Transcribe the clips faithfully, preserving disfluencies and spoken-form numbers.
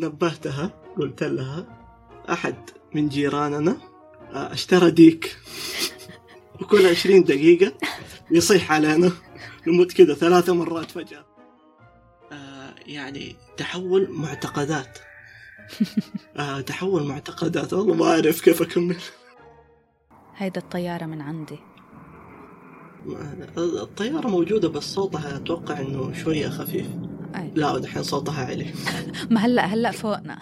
نبهتها قلت لها أحد من جيراننا اشترى ديك وكل عشرين دقيقة يصيح علينا نموت كده ثلاثة مرات فجأة. آه يعني تحول معتقدات آه تحول معتقدات والله ما أعرف كيف أكمل. هيدا الطيارة من عندي. الطيارة موجودة بس صوتها أتوقع إنه شوية خفيف. أي. لا ودحين صوتها عالي. ما هلأ هلأ فوقنا.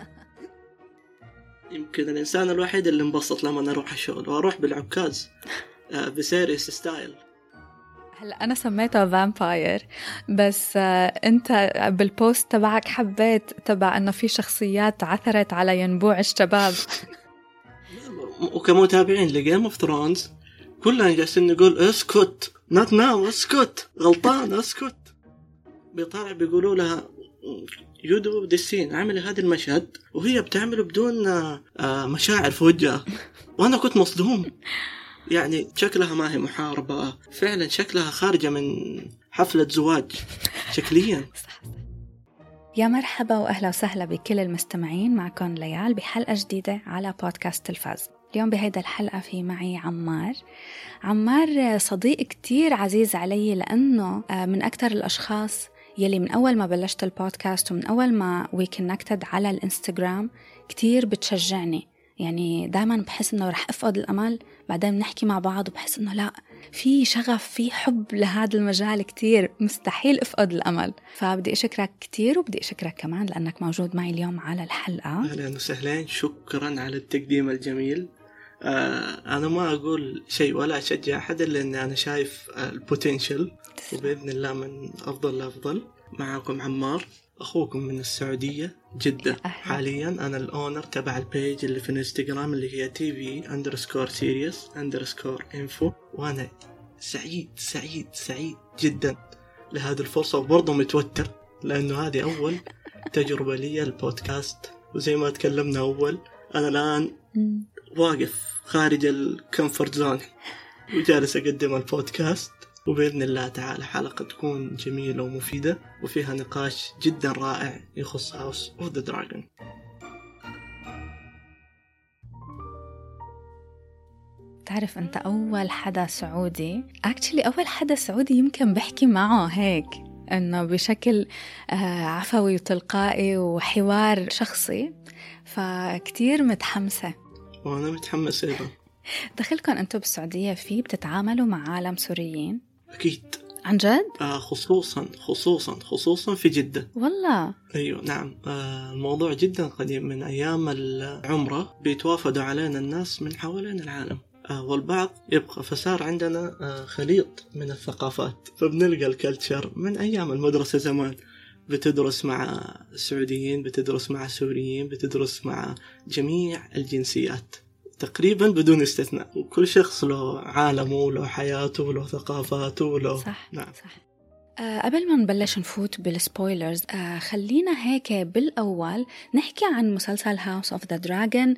يمكن الإنسان الوحيد اللي انبسط لما أروح الشغل وأروح بالعكاز آه بسيريس ستايل. هلا أنا سميتها فامباير بس آه أنت بالبوست تبعك حبيت تبع أنه في شخصيات عثرت على ينبوع الشباب. وكمتابعين لجيم اوف ثرونز كلنا جالسين نقول اسكت not now اسكت غلطان اسكت. بيطلع بيقولوا لها يودو ديسين عملي هذا المشهد وهي بتعمله بدون آه مشاعر في وجهها وأنا كنت مصدوم. يعني شكلها ما هي محاربة فعلا شكلها خارجة من حفلة زواج شكليا. يا مرحبا وأهلا وسهلا بكل المستمعين. معكم ليال بحلقة جديدة على بودكاست تلفاز. اليوم بهيدا الحلقة في معي عمار. عمار صديق كتير عزيز علي لأنه من أكتر الأشخاص يلي من أول ما بلشت البودكاست ومن أول ما وي كونكتد على الانستغرام كتير بتشجعني. يعني دايما بحس إنه رح أفقد الأمل بعدين نحكي مع بعض وبحس إنه لا في شغف في حب لهذا المجال كتير مستحيل أفقد الأمل. فبدي أشكرك كتير وبدي أشكرك كمان لأنك موجود معي اليوم على الحلقة. أهلا وسهلا شكرا على التقديم الجميل. آه أنا ما أقول شيء ولا أشجع أحد لأن أنا شايف البوتنشل وبإذن الله من أفضل لأفضل. معكم عمار أخوكم من السعودية جدة. حاليا أنا الأونر تبع البيج اللي في الانستغرام اللي هي تي في underscore serious underscore info وأنا سعيد سعيد سعيد جدا لهذه الفرصة وبرضه متوتر لأنه هذه أول تجربة لي البودكاست وزي ما تكلمنا أول أنا الآن واقف خارج الكمفورت زون وجالس أقدم البودكاست وبإذن الله تعالى حلقة تكون جميلة ومفيدة وفيها نقاش جدا رائع يخص هاوس أوف ذا دراجون. تعرف أنت أول حدا سعودي actually أول حدا سعودي يمكن بحكي معه هيك إنه بشكل عفوي وتلقائي وحوار شخصي فكتير متحمسة. وأنا متحمس أيضا. دخلكم أنتوا بالسعودية فيه بتتعاملوا مع عالم سوريين؟ أكيد. عن جد؟ آه خصوصا خصوصا خصوصا في جدة. والله؟ أيوة نعم. آه الموضوع جدا قديم من أيام العمرة بيتوافدوا علينا الناس من حوالين العالم آه والبعض يبقى فصار عندنا آه خليط من الثقافات فبنلقى الكلتشر من أيام المدرسة زمان بتدرس مع السعوديين بتدرس مع السوريين بتدرس مع جميع الجنسيات تقريبا بدون استثناء وكل شخص له عالمه وله حياته وله ثقافاته وله. صح. نعم. صح. أه قبل ما نبلش نفوت بالسبويلرز أه خلينا هيك بالأول نحكي عن مسلسل هاوس أوف ذا دراجون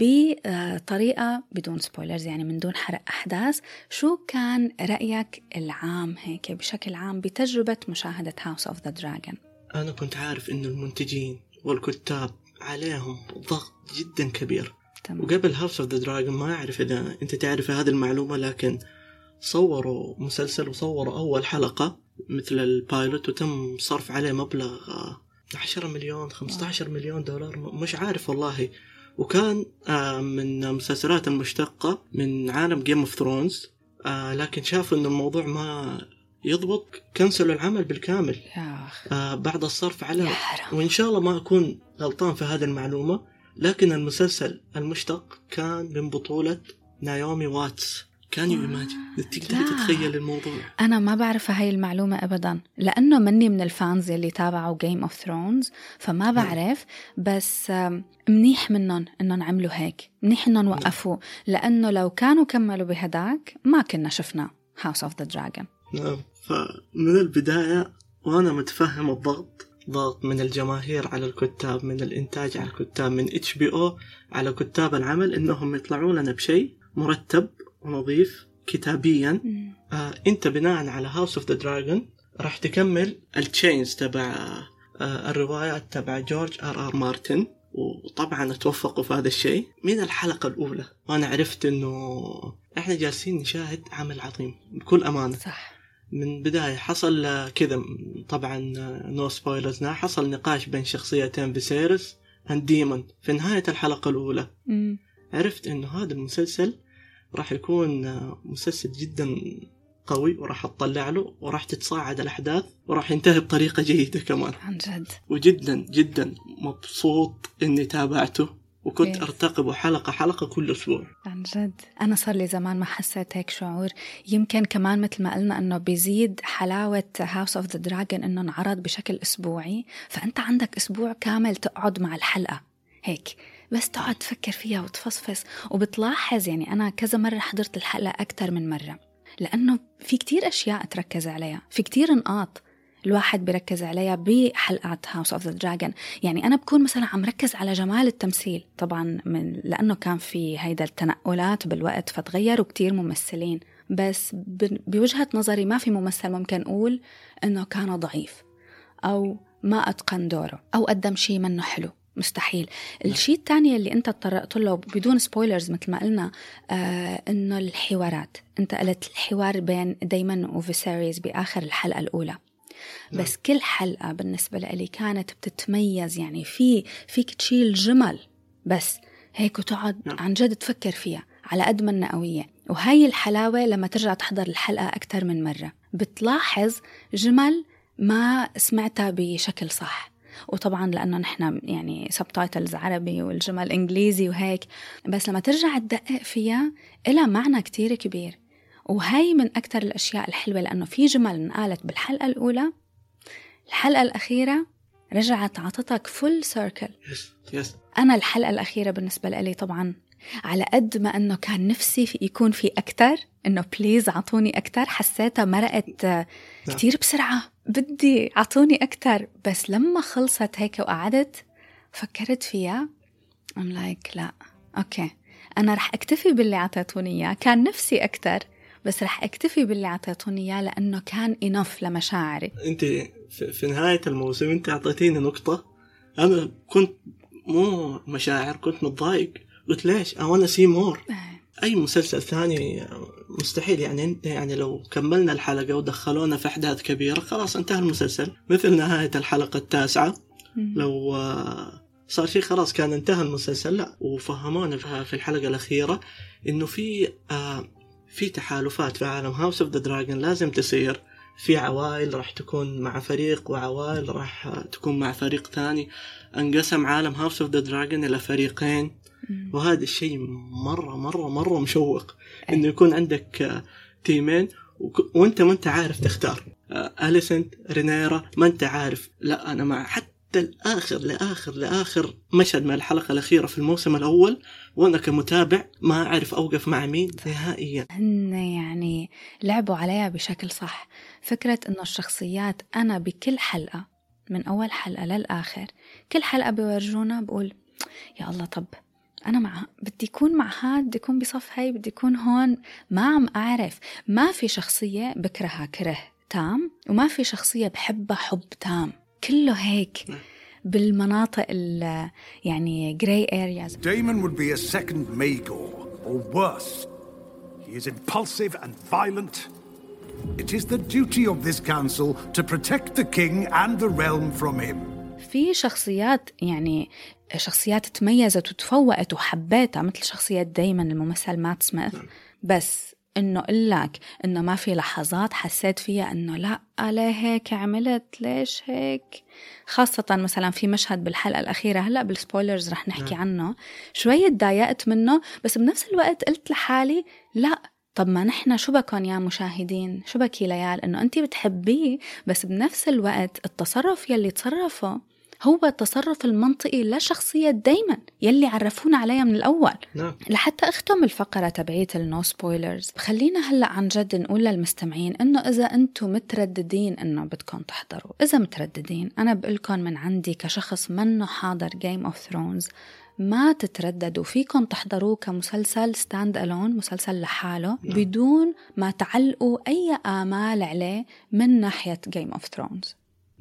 بطريقة بدون سبويلرز يعني من دون حرق أحداث. شو كان رأيك العام هيك بشكل عام بتجربة مشاهدة هاوس أوف ذا دراجون؟ أنا كنت عارف إنه المنتجين والكتاب عليهم ضغط جدا كبير. تمام. وقبل هاوس أوف ذا دراجون ما أعرف إذا أنت تعرف هذه المعلومة لكن صوروا مسلسل وصوروا أول حلقة مثل البايلوت وتم صرف عليه مبلغ عشرة مليون خمسة عشر مليون دولار مش عارف والله. وكان من مسلسلات المشتقة من عالم جيم اوف ثرونز لكن شافوا إن الموضوع ما يضبط كنسلوا العمل بالكامل بعد الصرف عليه. وإن شاء الله ما أكون غلطان في هذه المعلومة لكن المسلسل المشتق كان من بطولة نايومي واتس. كان يماجن تقدر تتخيل الموضوع. أنا ما بعرف هاي المعلومة أبدا لأنه مني من الفانز اللي تابعوا Game of Thrones فما بعرف. بس منيح منهم إنهم عملوا هيك منيح إنهم وقفوا لأنه لو كانوا كملوا بهداك ما كنا شفنا House of the Dragon. نعم. فمن البداية وأنا متفهم الضغط ضغط من الجماهير على الكتاب من الإنتاج على الكتاب من إتش بي أو على كتاب العمل إنهم يطلعوا لنا بشيء مرتب ونظيف كتابيا. آه، أنت بناء على House of the Dragon راح تكمل التشينز تبع الروايات تبع جورج آر آر مارتن، وطبعا توفقوا في هذا الشيء. من الحلقة الأولى وأنا عرفت إنه إحنا جالسين نشاهد عمل عظيم بكل أمانة. صح. من بداية حصل كذا، طبعا نو سبويلرز، حصل نقاش بين شخصيتين فيسيرس اند ديمون في نهاية الحلقة الأولى. م. عرفت إنه هذا المسلسل راح يكون مسلسل جدا قوي، وراح تطلع له، وراح تتصاعد الأحداث، وراح ينتهي بطريقة جيدة كمان عن جد. وجدا جدا مبسوط إني تابعته، وكنت yes. أرتقبه حلقة حلقة كل أسبوع. عن جد أنا صار لي زمان ما حسيت هيك شعور. يمكن كمان مثل ما قلنا أنه بيزيد حلاوة House of the Dragon أنه انعرض بشكل أسبوعي، فأنت عندك أسبوع كامل تقعد مع الحلقة هيك بس تقعد تفكر فيها وتفصفص، وبتلاحظ يعني أنا كذا مرة حضرت الحلقة أكتر من مرة، لأنه في كتير أشياء تركز عليها، في كتير نقاط الواحد بيركز عليها بحلقات House of the Dragon. يعني أنا بكون مثلا عم ركز على جمال التمثيل طبعا، من لأنه كان في هيدا التنقلات بالوقت فتغيروا كتير ممثلين، بس بوجهة نظري ما في ممثل ممكن أقول أنه كان ضعيف أو ما أتقن دوره أو قدم شيء منه حلو، مستحيل. الشيء الثاني اللي أنت تطرقت له بدون سبويلرز مثل ما قلنا، آه إنه الحوارات، أنت قلت الحوار بين دايمون وفيسيريس بآخر الحلقة الأولى، بس كل حلقة بالنسبة لي كانت بتتميز. يعني في فيك تشيل جمل بس هيك وتقعد عن جد تفكر فيها على قد ما إنها قوية. وهاي الحلاوة لما ترجع تحضر الحلقة أكتر من مرة بتلاحظ جمل ما سمعتها بشكل صح، وطبعا لأنه نحن يعني سبتايتلز عربي والجمل إنجليزي وهيك، بس لما ترجع تدقق فيها إلها معنى كتير كبير. وهي من أكتر الأشياء الحلوة، لأنه في جمل انقالت بالحلقة الأولى، الحلقة الأخيرة رجعت عطتك فول سيركل. yes, yes. أنا الحلقة الأخيرة بالنسبة لي طبعا على قد ما أنه كان نفسي في يكون في أكتر، أنه بليز عطوني أكتر، حسيتها مرقت كتير بسرعة، بدي عطوني أكتر. بس لما خلصت هيك وقعدت فكرت فيها I'm like لا أوكي أنا رح أكتفي باللي عطيتوني إياه، كان نفسي أكتر بس رح أكتفي باللي عطيتوني إياه لأنه كان إنف لمشاعري. أنت في نهاية الموسم أنت عطيتيني نقطة، أنا كنت مو مشاعر، كنت متضايق، قلت ليش أنا سي مور. أي مسلسل ثاني مستحيل، يعني يعني لو كملنا الحلقة ودخلونا في أحداث كبيرة خلاص انتهى المسلسل، مثل نهاية الحلقة التاسعة لو صار شيء خلاص كان انتهى المسلسل. لا، وفهمونا في الحلقة الأخيرة إنه في في تحالفات في عالم هاوس اوف ذا دراجون لازم تصير، في عوائل راح تكون مع فريق وعوائل راح تكون مع فريق ثاني. انقسم عالم هاوس اوف ذا دراجون إلى فريقين، وهذا الشيء مرة مرة مرة مشوق إنه يكون عندك تيمين وانت ما انت عارف تختار أليسنت رينيرا، ما انت عارف. لا أنا مع حتى الآخر لآخر لآخر مشهد من الحلقة الأخيرة في الموسم الأول، وأنا كمتابع ما أعرف أوقف مع مين نهائيا. هن يعني لعبوا عليها بشكل صح، فكرة إنه الشخصيات أنا بكل حلقة من أول حلقة للآخر كل حلقة بيورجونا بقول يا الله طب أنا مع بدي يكون مع هاد، بدي يكون بصف هاي، بدي يكون هون. ما عم أعرف، ما في شخصية بكرهها كره تام، وما في شخصية بحبها حب تام، كله هيك بالمناطق ال يعني grey areas. Daemon would be a second Maegor, or worse. He is impulsive and violent. It is the duty of this council to protect the king and the realm from him. في شخصيات يعني شخصيات تميزت وتفوقت وحبيتها مثل شخصية دايمون الممثل مات سميث، بس إنه قلك إنه ما في لحظات حسيت فيها إنه لا على هيك عملت ليش هيك. خاصة مثلا في مشهد بالحلقة الأخيرة هلأ بالسبويلرز رح نحكي عنه شوية، ضايقت منه، بس بنفس الوقت قلت لحالي لا طب ما نحن شو بكون يا مشاهدين، شو بكي ليال إنه أنتي بتحبيه، بس بنفس الوقت التصرف يلي تصرفه هو التصرف المنطقي لشخصية دايما يلي عرفونا عليها من الأول. نعم. لحتى أختم الفقرة تبعيت النو سبويلرز، خلينا هلأ عن جد نقول للمستمعين إنه إذا أنتم مترددين إنه بدكم تحضروا، إذا مترددين أنا بقولكم من عندي كشخص منه حاضر Game of Thrones ما تترددوا، فيكم تحضروه كمسلسل ستاند ألون، مسلسل لحاله بدون ما تعلقوا أي آمال عليه من ناحية Game of Thrones.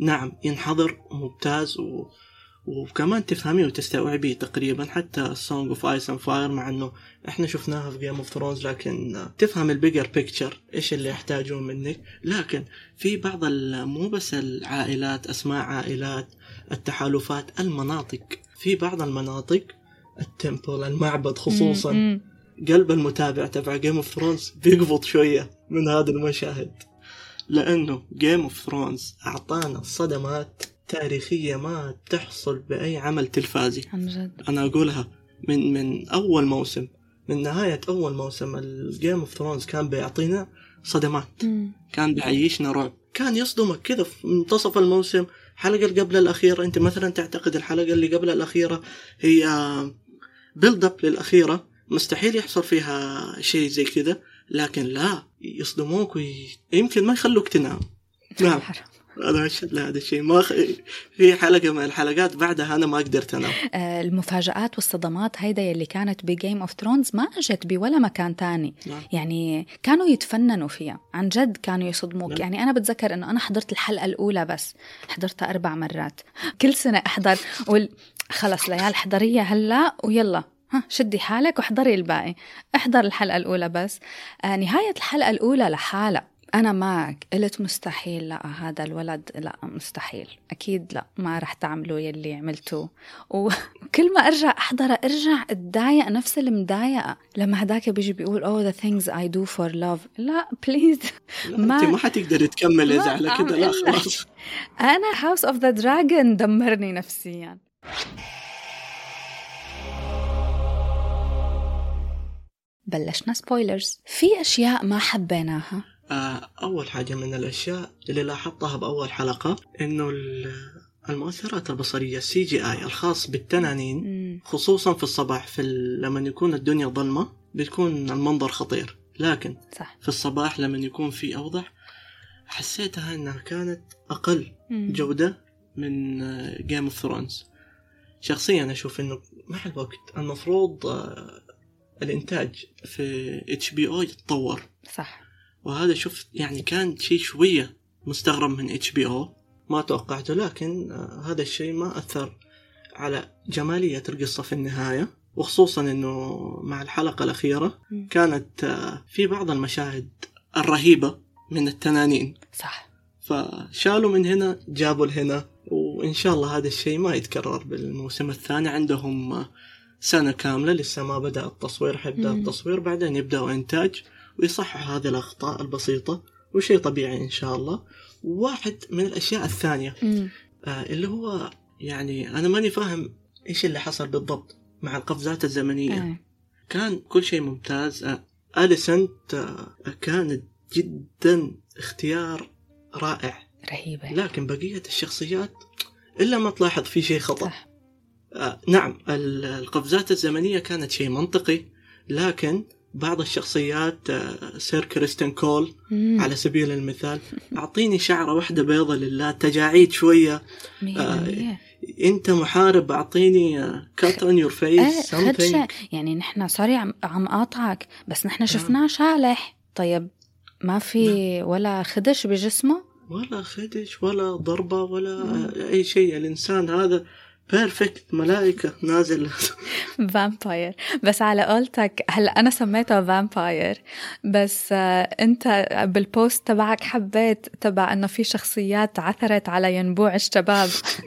نعم ينحضر ممتاز و... وكمان تفهميه وتستوعبيه تقريبا. حتى Song of Ice and Fire مع انه احنا شفناها في Game of Thrones لكن تفهم البيجر بيكتشر ايش اللي يحتاجون منك. لكن في بعض مو بس العائلات، اسماء عائلات، التحالفات، المناطق، في بعض المناطق التمبل المعبد خصوصا م- م. قلب المتابع تبع Game of Thrones بيقبض شوية من هذا المشاهد، لأنه Game of Thrones أعطانا صدمات تاريخية ما تحصل بأي عمل تلفازي. أنا أقولها من من أول موسم، من نهاية أول موسم الجيم اوف ثرونز كان بيعطينا صدمات، م. كان بيعيشنا رعب، كان يصدمك كذا في منتصف الموسم. حلقة قبل الأخيرة أنت مثلا تعتقد الحلقة اللي قبل الأخيرة هي بيلد اب للأخيرة، مستحيل يحصل فيها شيء زي كذا، لكن لا، يصدموك ويمكن ما يخلوك تنام. نعم أنا أشهد لهذا الشيء. ما خ... في حلقة من الحلقات بعدها أنا ما قدرت أنام. آه المفاجآت والصدمات هيدا اللي كانت بجيم اوف ثرونز ما أجت بولا مكان تاني. نعم. يعني كانوا يتفننوا فيها عن جد، كانوا يصدموك. نعم. يعني أنا بتذكر أنه أنا حضرت الحلقة الأولى بس حضرتها أربع مرات، كل سنة أحضر وال... خلص ليال حضرية هلأ ويلا ها شدي حالك وحضري الباقي. احضر الحلقة الأولى بس. آه نهاية الحلقة الأولى لحالة أنا معك، قلت مستحيل، لا هذا الولد لا مستحيل أكيد لا ما رح تعملوا يلي عملتوه. وكل ما أرجع أحضر أرجع أتضايق نفس المضايقة لما هداك بيجي بيقول oh the things I do for love. لا بليز ما أنت ما حتقدر تكمل إذا على كده. لا خلاص أنا House of the Dragon دمرني نفسيا. بلشنا سبويلرز. في أشياء ما حبيناها. أول حاجة من الأشياء اللي لاحظتها بأول حلقة إنه المؤثرات البصرية سي جي آي الخاص بالتنانين، خصوصا في الصباح، في لما يكون الدنيا ظلمة بيكون المنظر خطير، لكن صح. في الصباح لما يكون في أوضح حسيتها إنها كانت أقل جودة من Game of Thrones. شخصيا أشوف إنه مع الوقت المفروض الإنتاج في إتش بي أو يتطور. صح. وهذا شفت يعني كان شيء شوية مستغرب من إتش بي أو، ما توقعته، لكن هذا الشيء ما أثر على جمالية القصة في النهاية، وخصوصا إنه مع الحلقة الأخيرة كانت في بعض المشاهد الرهيبة من التنانين. صح. فشالوا من هنا جابوا لهنا، وإن شاء الله هذا الشيء ما يتكرر بالموسم الثاني. عندهم سنة كاملة لسه ما بدأ التصوير، حيبدأ التصوير بعدين يبدأوا إنتاج ويصحح هذه الأخطاء البسيطة، وشيء طبيعي إن شاء الله. واحد من الأشياء الثانية آه اللي هو يعني أنا ماني فاهم إيش اللي حصل بالضبط مع القفزات الزمنية. آه. كان كل شيء ممتاز. آه أليسنت آه كانت جدا اختيار رائع رهيبة، لكن بقية الشخصيات إلا ما تلاحظ في شيء خطأ. آه نعم القفزات الزمنية كانت شيء منطقي، لكن بعض الشخصيات آه سير كريستين كول مم. على سبيل المثال، أعطيني شعرة واحدة بيضة لله، تجاعيد شوية، آه أنت محارب، أعطيني كات أون يور فيس something. يعني نحن صاري عم, عم قاطعك، بس نحن شفناه شالح. طيب ما في لا. ولا خدش بجسمه، ولا خدش ولا ضربة ولا مم. أي شيء. الإنسان هذا بيرفكت، ملائكة نازل. فامباير. بس على قولتك هلأ أنا سميته فامباير، بس آه أنت بالبوست تبعك حبيت تبع أنه في شخصيات عثرت على ينبوع الشباب.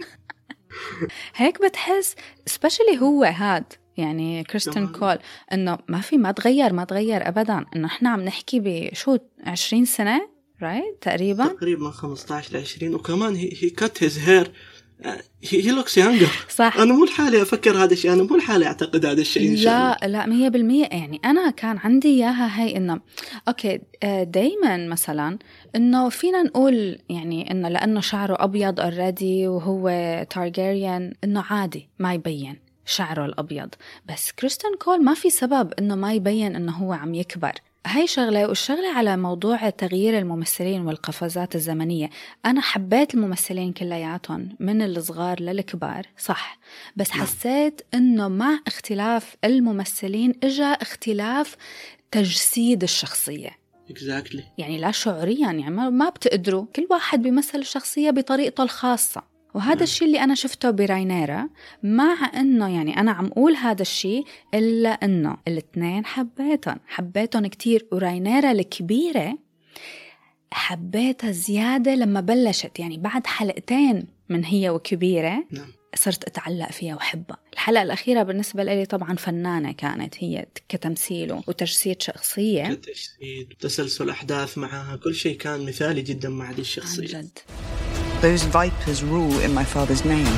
هيك بتحس سبيشلي هو هاد يعني كريستين كول إنه ما في ما تغير ما تغير أبدا. إنه إحنا عم نحكي بشو عشرين سنة رايت تقريبا تقريبا خمسة عشر لعشرين، وكمان هي هي كات هيز هير هي لوكس يانجر. صح. أنا مو لحالي أفكر هذا الشيء، أنا مو لحالي أعتقد هذا الشيء إن شاء الله. لا لا مية بالمية. يعني أنا كان عندي إياها هاي إنه أوكي دايما مثلا إنه فينا نقول يعني إنه لأنه شعره أبيض already وهو تارجيريان إنه عادي ما يبين شعره الأبيض، بس كريستين كول ما في سبب إنه ما يبين إنه هو عم يكبر. هاي شغلة. والشغلة على موضوع تغيير الممثلين والقفزات الزمنية، أنا حبيت الممثلين كلياتهم من الصغار للكبار صح، بس حسيت إنه مع اختلاف الممثلين إجا اختلاف تجسيد الشخصية. exactly. يعني لا شعوريا، يعني ما بتقدروا، كل واحد بيمثل الشخصية بطريقته الخاصة. وهذا الشيء اللي أنا شفته براينيرا، مع أنه يعني أنا عم أقول هذا الشيء إلا أنه الاثنين حبيتهم حبيتهم كتير. وراينيرا الكبيرة حبيتها زيادة لما بلشت، يعني بعد حلقتين من هي وكبيرة نعم. صرت أتعلق فيها وحبها. الحلقة الأخيرة بالنسبة لي طبعا فنانة كانت هي كتمثيل وتجسيد شخصية، كتجسيد تسلسل أحداث معها، كل شيء كان مثالي جدا مع هذه الشخصية. عن جد. Those vipers rule in my father's name.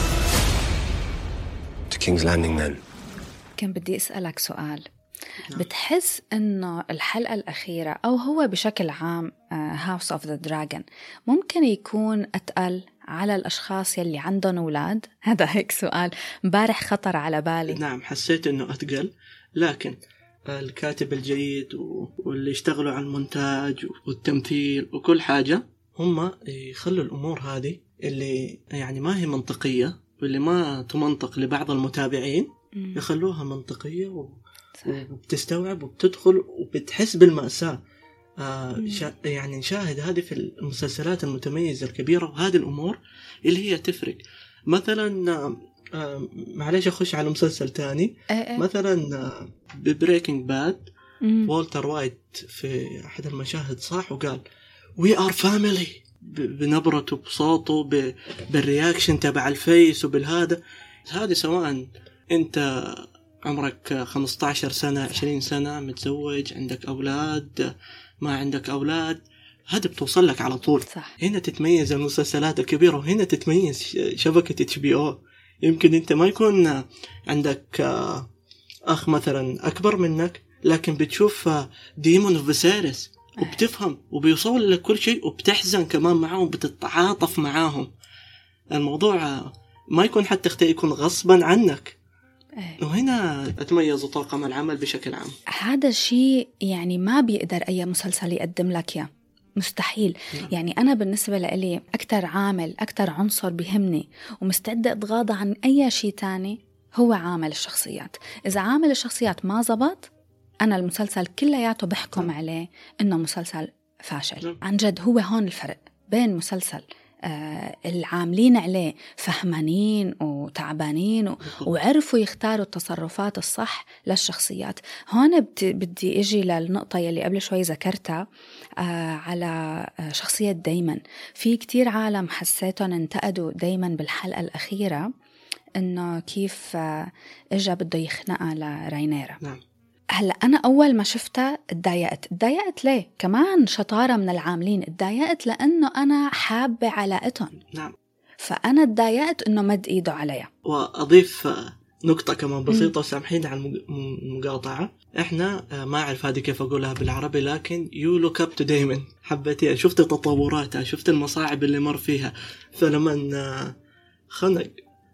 To King's Landing then. كان بدي أسألك سؤال. بتحس إنه الحلقة الأخيرة أو هو بشكل عام House of the Dragon ممكن يكون أتقل على الأشخاص يلي عندهم أولاد؟ هذا هيك سؤال مبارح خطر على بالي. نعم، حسيت إنه أتقل، لكن الكاتب الجيد واللي يشتغلوا على المونتاج والتمثيل وكل حاجة هم يخلوا الأمور هذه اللي يعني ما هي منطقية واللي ما تمنطق لبعض المتابعين يخلوها منطقية و... وبتستوعب وبتدخل وبتحس بالمأساة. آه شا... يعني نشاهد هذه في المسلسلات المتميزة الكبيرة، وهذه الأمور اللي هي تفرق. مثلا آه معليش أخش على مسلسل تاني، مثلا آه ببريكنج باد والتر وايت في أحد المشاهد صاح وقال We are family بنبرته بصوته بالرياكشن تبع الفيس وبالهذا. هذه سواء أنت عمرك خمسة عشر سنة عشرين سنة متزوج عندك أولاد ما عندك أولاد، هذا بتوصل لك على طول. صح. هنا تتميز المسلسلات الكبيرة وهنا تتميز شبكة اتش بي او. يمكن أنت ما يكون عندك أخ مثلا أكبر منك، لكن بتشوف ديمون اوف فيسيريس وبتفهم وبيوصل لك كل شيء وبتحزن كمان معهم بتتعاطف معاهم. الموضوع ما يكون حتى اختي يكون غصبا عنك. وهنا أتميز طاقم العمل بشكل عام. هذا الشيء يعني ما بيقدر أي مسلسل يقدم لك يا مستحيل. نعم. يعني أنا بالنسبة لي أكتر عامل أكتر عنصر بيهمني ومستعدة أتغاضى عن أي شيء تاني هو عامل الشخصيات. إذا عامل الشخصيات ما زبط أنا المسلسل كلياته بحكم نعم. عليه إنه مسلسل فاشل. نعم. عن جد هو هون الفرق بين مسلسل آه العاملين عليه فهمانين وتعبانين و... وعرفوا يختاروا التصرفات الصح للشخصيات. هون بدي اجي للنقطة يلي قبل شوي ذكرتها آه على شخصية دايمون. في كتير عالم حسيتهم انتقدوا دايمون بالحلقة الأخيرة إنه كيف آه إجا بده يخنقها لراينيرا. نعم. هلأ أنا أول ما شفتها اتضايقت. اتضايقت ليه؟ كمان شطارة من العاملين. اتضايقت لأنه أنا حابة علاقتهم. نعم. فأنا اتضايقت إنه مد إيده عليها. وأضيف نقطة كمان بسيطة وسامحين على المقاطعة. إحنا ما أعرف هذه كيف أقولها بالعربي، لكن you look up to Damon. حبيتها، شفت تطوراتها، شفت المصاعب اللي مر فيها. فلما خنق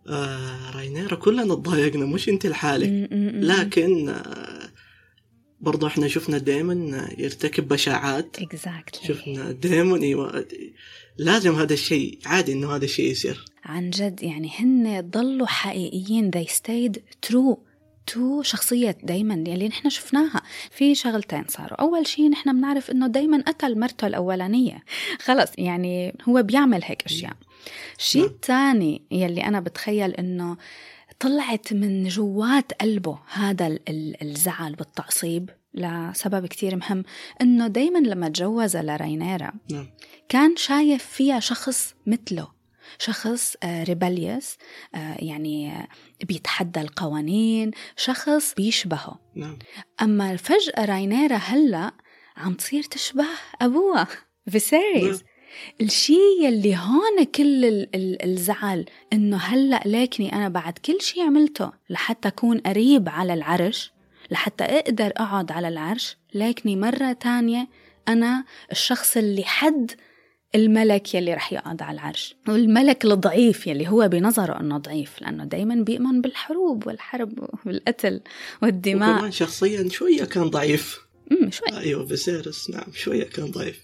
راينيرا كلنا تضايقنا، مش أنت الحالة، لكن برضو احنا شفنا دايما يرتكب بشاعات. exactly. شفنا دايما ايوه لازم هذا الشيء عادي انه هذا الشيء يصير. عن جد يعني هن ضلوا حقيقيين. they stayed true to شخصية دايما اللي نحن شفناها. في شغلتين صاروا. أول شيء نحن بنعرف إنه دايما قتل مرته الأولانية خلص، يعني هو بيعمل هيك أشياء. الشيء الثاني يلي أنا بتخيل إنه طلعت من جوات قلبه هذا الزعل بالتعصيب لسبب كتير مهم، إنه دايما لما تجوز لراينيرا كان شايف فيها شخص مثله، شخص ريبليوس يعني بيتحدى القوانين، شخص بيشبهه. أما فجأة راينيرا هلأ عم تصير تشبه أبوها فيسيريس. الشيء يلي هون كل الزعل إنه هلأ ليكني أنا بعد كل شيء عملته لحتى أكون قريب على العرش، لحتى أقدر أقعد على العرش، ليكني مرة تانية أنا الشخص اللي حد الملك يلي رح يقعد على العرش، والملك الضعيف يلي هو بنظره أنه ضعيف لأنه دايما بيؤمن بالحروب والحرب والقتل والدماء. وكمان شخصيا شوية كان ضعيف. امم شوية. أيوة فيسيريس نعم شوية كان ضعيف.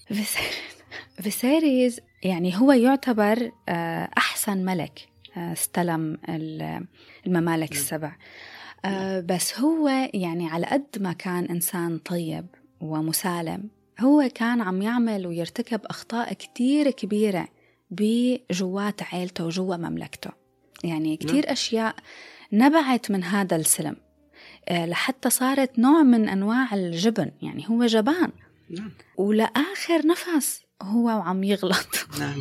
فيسيريس يعني هو يعتبر أحسن ملك استلم الممالك السبع، بس هو يعني على قد ما كان إنسان طيب ومسالم هو كان عم يعمل ويرتكب أخطاء كتير كبيرة بجوات عائلته وجوا مملكته. يعني كتير أشياء نبعت من هذا السلم لحتى صارت نوع من أنواع الجبن. يعني هو جبان ولآخر نفس هو وعم يغلط. نعم.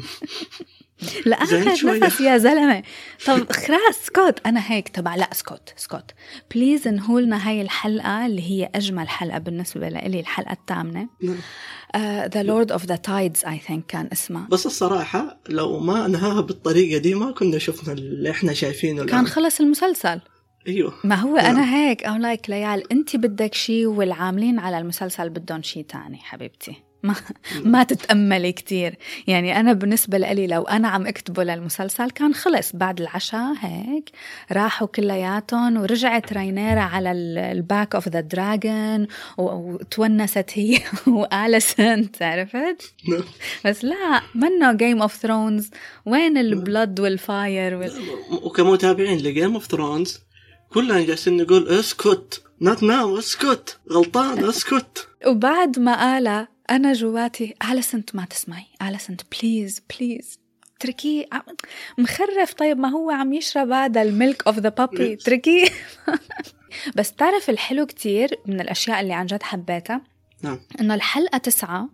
لآخر نفس يا زلمة. طب خلاص سكوت، أنا هيك تبع لا سكوت سكوت بليز انهولنا هاي الحلقة اللي هي أجمل حلقة بالنسبة لي، الحلقة الثامنة. uh, The Lord of the Tides I think كان اسمها. بس الصراحة لو ما أنهاها بالطريقة دي ما كنا شفنا اللي إحنا شايفينه كان خلص المسلسل. أيوه ما هو نعم. أنا هيك أو لايك ليال أنت بدك شي والعاملين على المسلسل بدهم شي تاني حبيبتي. ما, ما تتأملي كتير. يعني أنا بالنسبة لي لو أنا عم أكتبه للمسلسل كان خلص بعد العشاء هيك راحوا كلياتهم ورجعت راينيرا على الباك أوف ذا دراجون وتونست هي وآليسن تعرفت. بس لا منه جيم أوف ثرونز. وين البلد والفاير وال... وكمتابعين لجيم أوف ثرونز كلنا جالسين نقول اسكت نات ناو اسكت غلطان اسكت. وبعد ما قال أنا جواتي آليسنت ما تسمعي آليسنت بليز بليز تركيه مخرف. طيب ما هو عم يشرب هذا الميلك أوف ذا بابي تركيه. بس تعرف الحلو كتير من الأشياء اللي عن جد حبيتها نعم. إنه الحلقة تسعة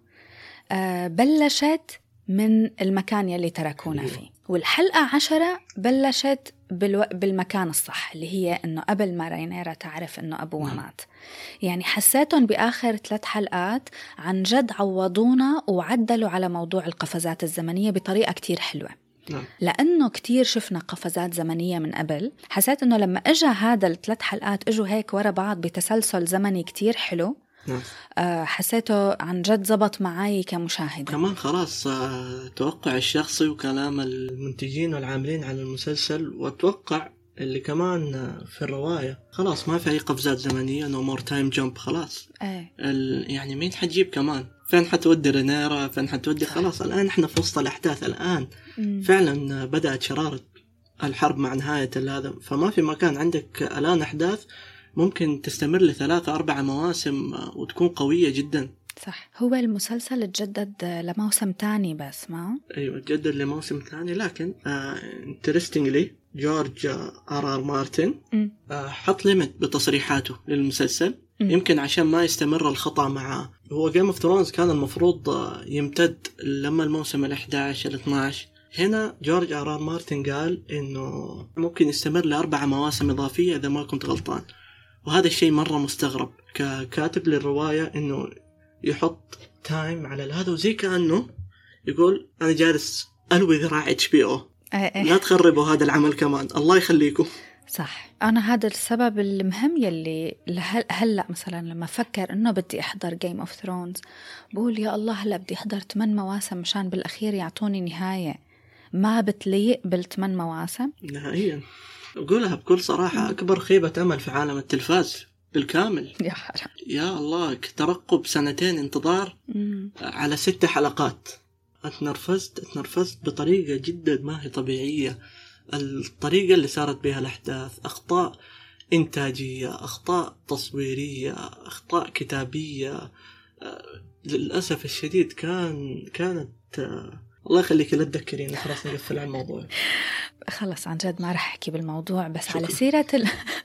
آه بلشت من المكان يلي تركونا فيه، والحلقة عشرة بلشت بالو... بالمكان الصح اللي هي إنه قبل ما راينيرا تعرف إنه أبوها مات. يعني حسيتهم بآخر ثلاث حلقات عن جد عوضونا وعدلوا على موضوع القفزات الزمنية بطريقة كتير حلوة. نعم. لأنه كتير شفنا قفزات زمنية من قبل. حسيت إنه لما إجا هذا الثلاث حلقات إجوا هيك ورا بعض بتسلسل زمني كتير حلو. نعم. أه حسيته عن جد زبط معي كمشاهدة. كمان خلاص أه توقع الشخصي وكلام المنتجين والعاملين على المسلسل، واتوقع اللي كمان في الرواية خلاص ما في أي قفزات زمنية no more time jump خلاص. أيه. يعني مين حتجيب كمان فين حتودي رينيرا فين حتودي خلاص. الآن إحنا في وسط الأحداث الآن. مم. فعلا بدأت شرارة الحرب مع نهاية هذا، فما في مكان عندك الآن أحداث ممكن تستمر لثلاثة أربعة مواسم وتكون قوية جدا. صح. هو المسلسل تجدد لموسم تاني بس ما أيوة تجدد لموسم تاني، لكن انترستينجلي جورج آر آر مارتن آه حط ليميت بتصريحاته للمسلسل. م. يمكن عشان ما يستمر الخطأ معه. هو جيم اوف ثرونز كان المفروض يمتد لما الموسم الأحد عشر الاثناشر. هنا جورج آر آر مارتن قال إنه ممكن يستمر لأربع مواسم إضافية إذا ما كنت غلطان، وهذا الشيء مرة مستغرب ككاتب للرواية إنه يحط تايم على هذا، وزي كأنه يقول أنا جالس ألوي ذراع اتش بي او لا تخربوا هذا العمل كمان الله يخليكم. صح. أنا هذا السبب المهم يلي هلأ مثلا لما فكر إنه بدي أحضر Game of Thrones بقول يا الله هلأ بدي أحضر ثمان مواسم مشان بالأخير يعطوني نهاية ما بتليق بالثمان مواسم نهائيا. أقولها بكل صراحة أكبر خيبة أمل في عالم التلفاز بالكامل. يا حرام يا الله ترقب سنتين انتظار مم. على ست حلقات. اتنرفزت اتنرفزت بطريقة جدا ما هي طبيعية. الطريقة اللي صارت بها الأحداث أخطاء إنتاجية أخطاء تصويرية أخطاء كتابية للأسف الشديد كان كانت الله يخليك لا تذكرين خلاص نقفل على الموضوع. خلص عن جد ما رح أحكي بالموضوع. بس شكرا. على سيرة ال...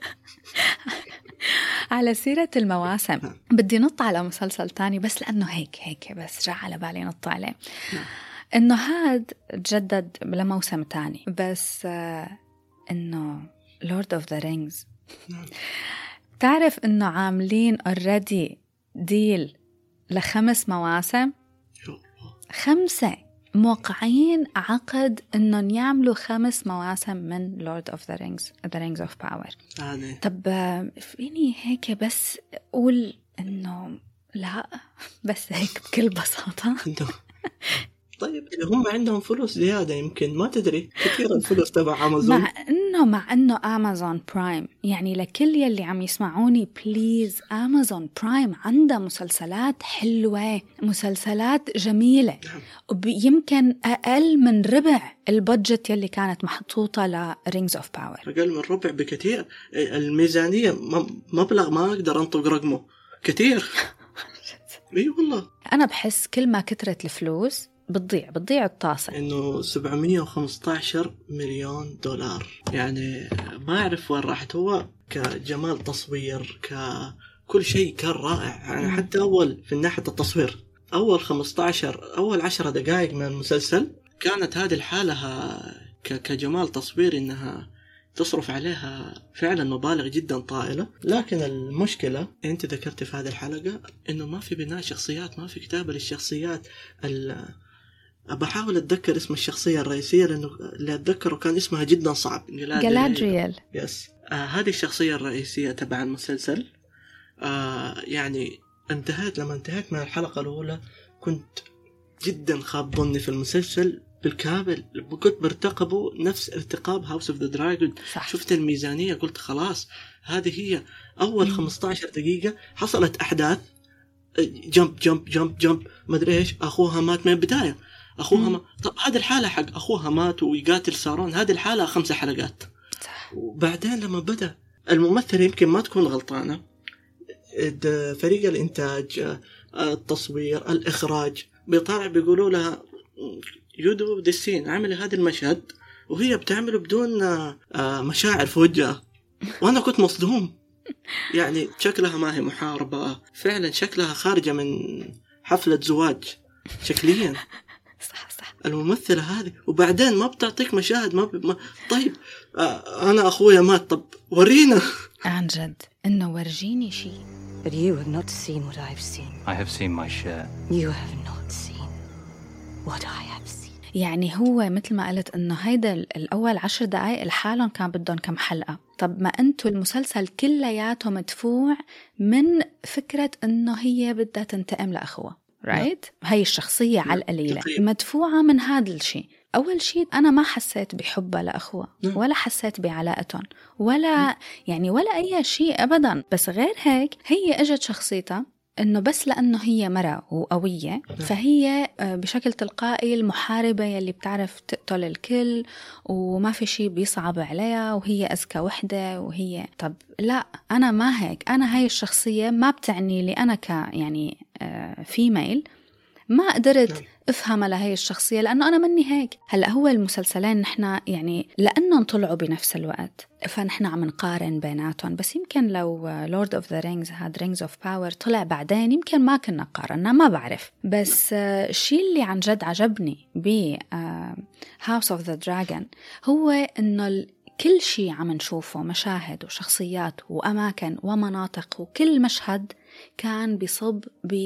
على سيرة المواسم بدي نط على مسلسل تاني بس لأنه هيك هيك بس جاء على بالي نط عليه. إنه هاد تجدد لموسم تاني بس آه إنه Lord of the Rings تعرف إنه عاملين already ديل لخمس مواسم. خمسة موقعين عقد إنهم يعملوا خمس مواسم من Lord of the Rings The Rings of Power. آه طب فيني هيك بس أقول إنه لا بس هيك بكل بساطة. طيب هم عندهم فلوس زيادة يمكن ما تدري كثير الفلوس تبع أمازون. مع إنه مع إنه أمازون برايم يعني لكل يلي عم يسمعوني بليز أمازون برايم عنده مسلسلات حلوة مسلسلات جميلة ويمكن أقل من ربع البادجت يلي كانت محطوطة ل Rings of Power. أقل من ربع بكثير. الميزانية مبلغ ما أقدر أنطق رقمه كثير اي والله أنا بحس كل ما كترت الفلوس بتضيع بتضيع الطاسة. إنه سبعمية وخمسة عشر مليون دولار، يعني ما أعرف وين راحت. هو كجمال تصوير ككل شيء كان رائع، يعني حتى أول في ناحية التصوير أول خمسة عشر أول عشر دقائق من المسلسل كانت هذه الحالة كجمال تصوير إنها تصرف عليها فعلا مبالغ جدا طائلة. لكن المشكلة أنت ذكرت في هذه الحلقة إنه ما في بناء شخصيات، ما في كتابة للشخصيات. بحاول أتذكر اسم الشخصية الرئيسية لأنه اللي أتذكره كان اسمها جدا صعب، جلادريال. يس آه هذه الشخصية الرئيسية تبع المسلسل. آه يعني انتهيت لما انتهيت من الحلقة الأولى كنت جدا خاب ظني في المسلسل بالكامل، كنت برتقبه نفس ارتقاب هاوس اوف ذا دراجون. شفت الميزانية قلت خلاص هذه هي. أول خمسة عشر دقيقة حصلت أحداث جمب جمب جمب جمب ما أدري إيش، أخوها مات من البداية، أخوها ما... طب هذه الحالة حق أخوها مات ويقاتل سارون، هذه الحالة خمسة حلقات. وبعدين لما بدأ الممثل يمكن ما تكون غلطانة، فريق الإنتاج التصوير الإخراج بيطالع بيقولوا لها يودو ديسين عمل هذا المشهد وهي بتعمله بدون مشاعر في وجهها، وأنا كنت مصدوم. يعني شكلها ما هي محاربة فعلا، شكلها خارجة من حفلة زواج شكليا. صح صح الممثلة هذه، وبعدين ما بتعطيك مشاهد ما, ب... ما... طيب آه أنا أخويا مات، طب ورينا عن جد إنه ورجيني شيء. But you have not seen what I've seen. I have seen my share. You have not seen what I have seen. يعني هو مثل ما قلت إنه هيدا الأول عشر دقايق الحالهم كان بدهم كم حلقة. طب ما أنتوا المسلسل كلياته مدفوع من فكرة إنه هي بدها تنتقم لأخوها، رايت؟ هاي الشخصية على القليلة مدفوعة من هذا الشيء. أول شيء أنا ما حسيت بحبها لأخوها ولا حسيت بعلاقتهم ولا يعني ولا أي شيء أبدا. بس غير هيك هي أجت شخصيتها إنه بس لأنه هي مرة وقوية فهي بشكل تلقائي المحاربة يلي بتعرف تقتل الكل وما في شيء بيصعب عليها وهي أذكى وحدة وهي. طب لا، أنا ما هيك. أنا هاي الشخصية ما بتعني لي أنا ك يعني فيميل ما قدرت افهمها لهي الشخصية لأنه أنا مني هيك. هلأ هو المسلسلين نحنا يعني لأنهم طلعوا بنفس الوقت فنحنا عم نقارن بيناتهم. بس يمكن لو Lord of the Rings هاد Rings of Power طلع بعدين يمكن ما كنا قارنا، ما بعرف. بس الشيء اللي عن جد عجبني ب House of the Dragon هو إنه كل شيء عم نشوفه، مشاهد وشخصيات وأماكن ومناطق، وكل مشهد كان بيصب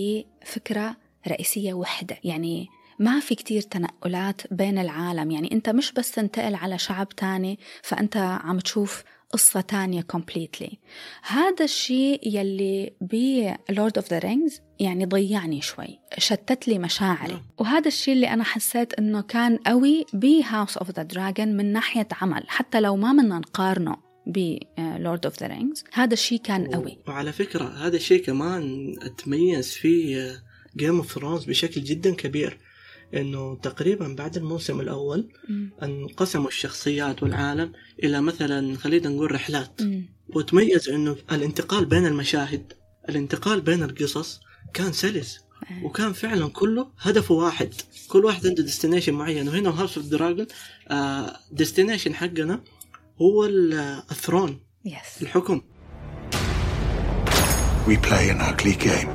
بفكرة رئيسية وحدة. يعني ما في كتير تنقلات بين العالم، يعني أنت مش بس تنتقل على شعب تاني فأنت عم تشوف قصة تانية completely. هذا الشيء يلي ب Lord of the Rings يعني ضيعني شوي، شتت لي مشاعري. وهذا الشيء اللي أنا حسيت أنه كان قوي ب House of the Dragon من ناحية عمل، حتى لو ما منا نقارنه ب Lord of the Rings هذا الشيء كان قوي. وعلى فكرة هذا الشيء كمان تميز فيه Game of Thrones بشكل جدا كبير، إنه تقريبا بعد الموسم الأول انقسموا الشخصيات والعالم إلى مثلا خلينا نقول رحلات. م. وتميز إنه الانتقال بين المشاهد، الانتقال بين القصص كان سلس وكان فعلا كله هدفه واحد، كل واحد عنده ديستنيشن معين. وهنا هاوس اوف دراجون ديستنيشن حقنا هو الثرون، yes. الحكم. We play an ugly game.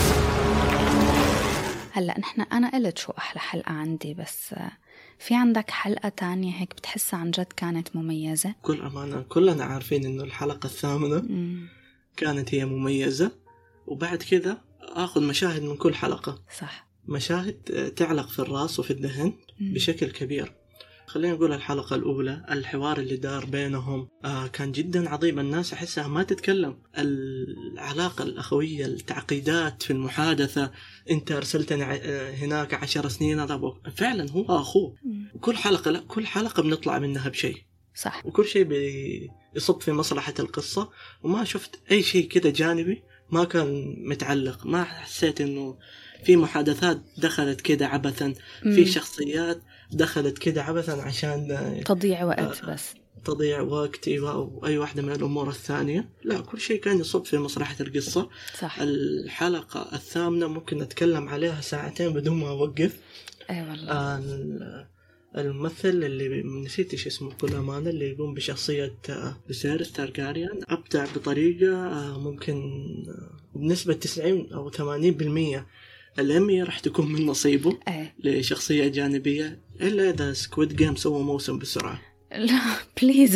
هلأ نحن أنا قلت شو أحلى حلقة عندي، بس في عندك حلقة تانية هيك بتحسها عن جد كانت مميزة؟ كل أمانة كلنا عارفين إنه الحلقة الثامنة م. كانت هي مميزة، وبعد كذا أخذ مشاهد من كل حلقة. صح، مشاهد تعلق في الرأس وفي الذهن م. بشكل كبير. خلينا نقول الحلقة الأولى الحوار اللي دار بينهم آه كان جدا عظيم. الناس أحسها ما تتكلم، العلاقة الأخوية، التعقيدات في المحادثة. أنت أرسلتني هناك عشر سنين، طب فعلا هو أخوه. وكل حلقة لا كل حلقة بنطلع منها بشيء صح، وكل شيء بيصب في مصلحة القصة. وما شفت أي شيء كده جانبي ما كان متعلق. ما حسيت إنه في محادثات دخلت كده عبثا، في شخصيات دخلت كده عبثا عشان تضيع وقت. بس تضيع وقتي أو أي واحدة من الأمور الثانية. لا، كل شيء كان يصب في مصلحة القصة. صح. الحلقة الثامنة ممكن نتكلم عليها ساعتين بدون ما أوقف. أي والله. آه الممثل اللي نسيت إيش اسمه بكل أمانة، اللي يقوم بشخصية فيسيريس تارجاريان، أبدع بطريقة ممكن بنسبة تسعين أو ثمانين بالمية الأمي راح تكون من نصيبه أي. لشخصية جانبية، إلا إذا سكويد جيم سوى موسم بسرعة. لا بليز.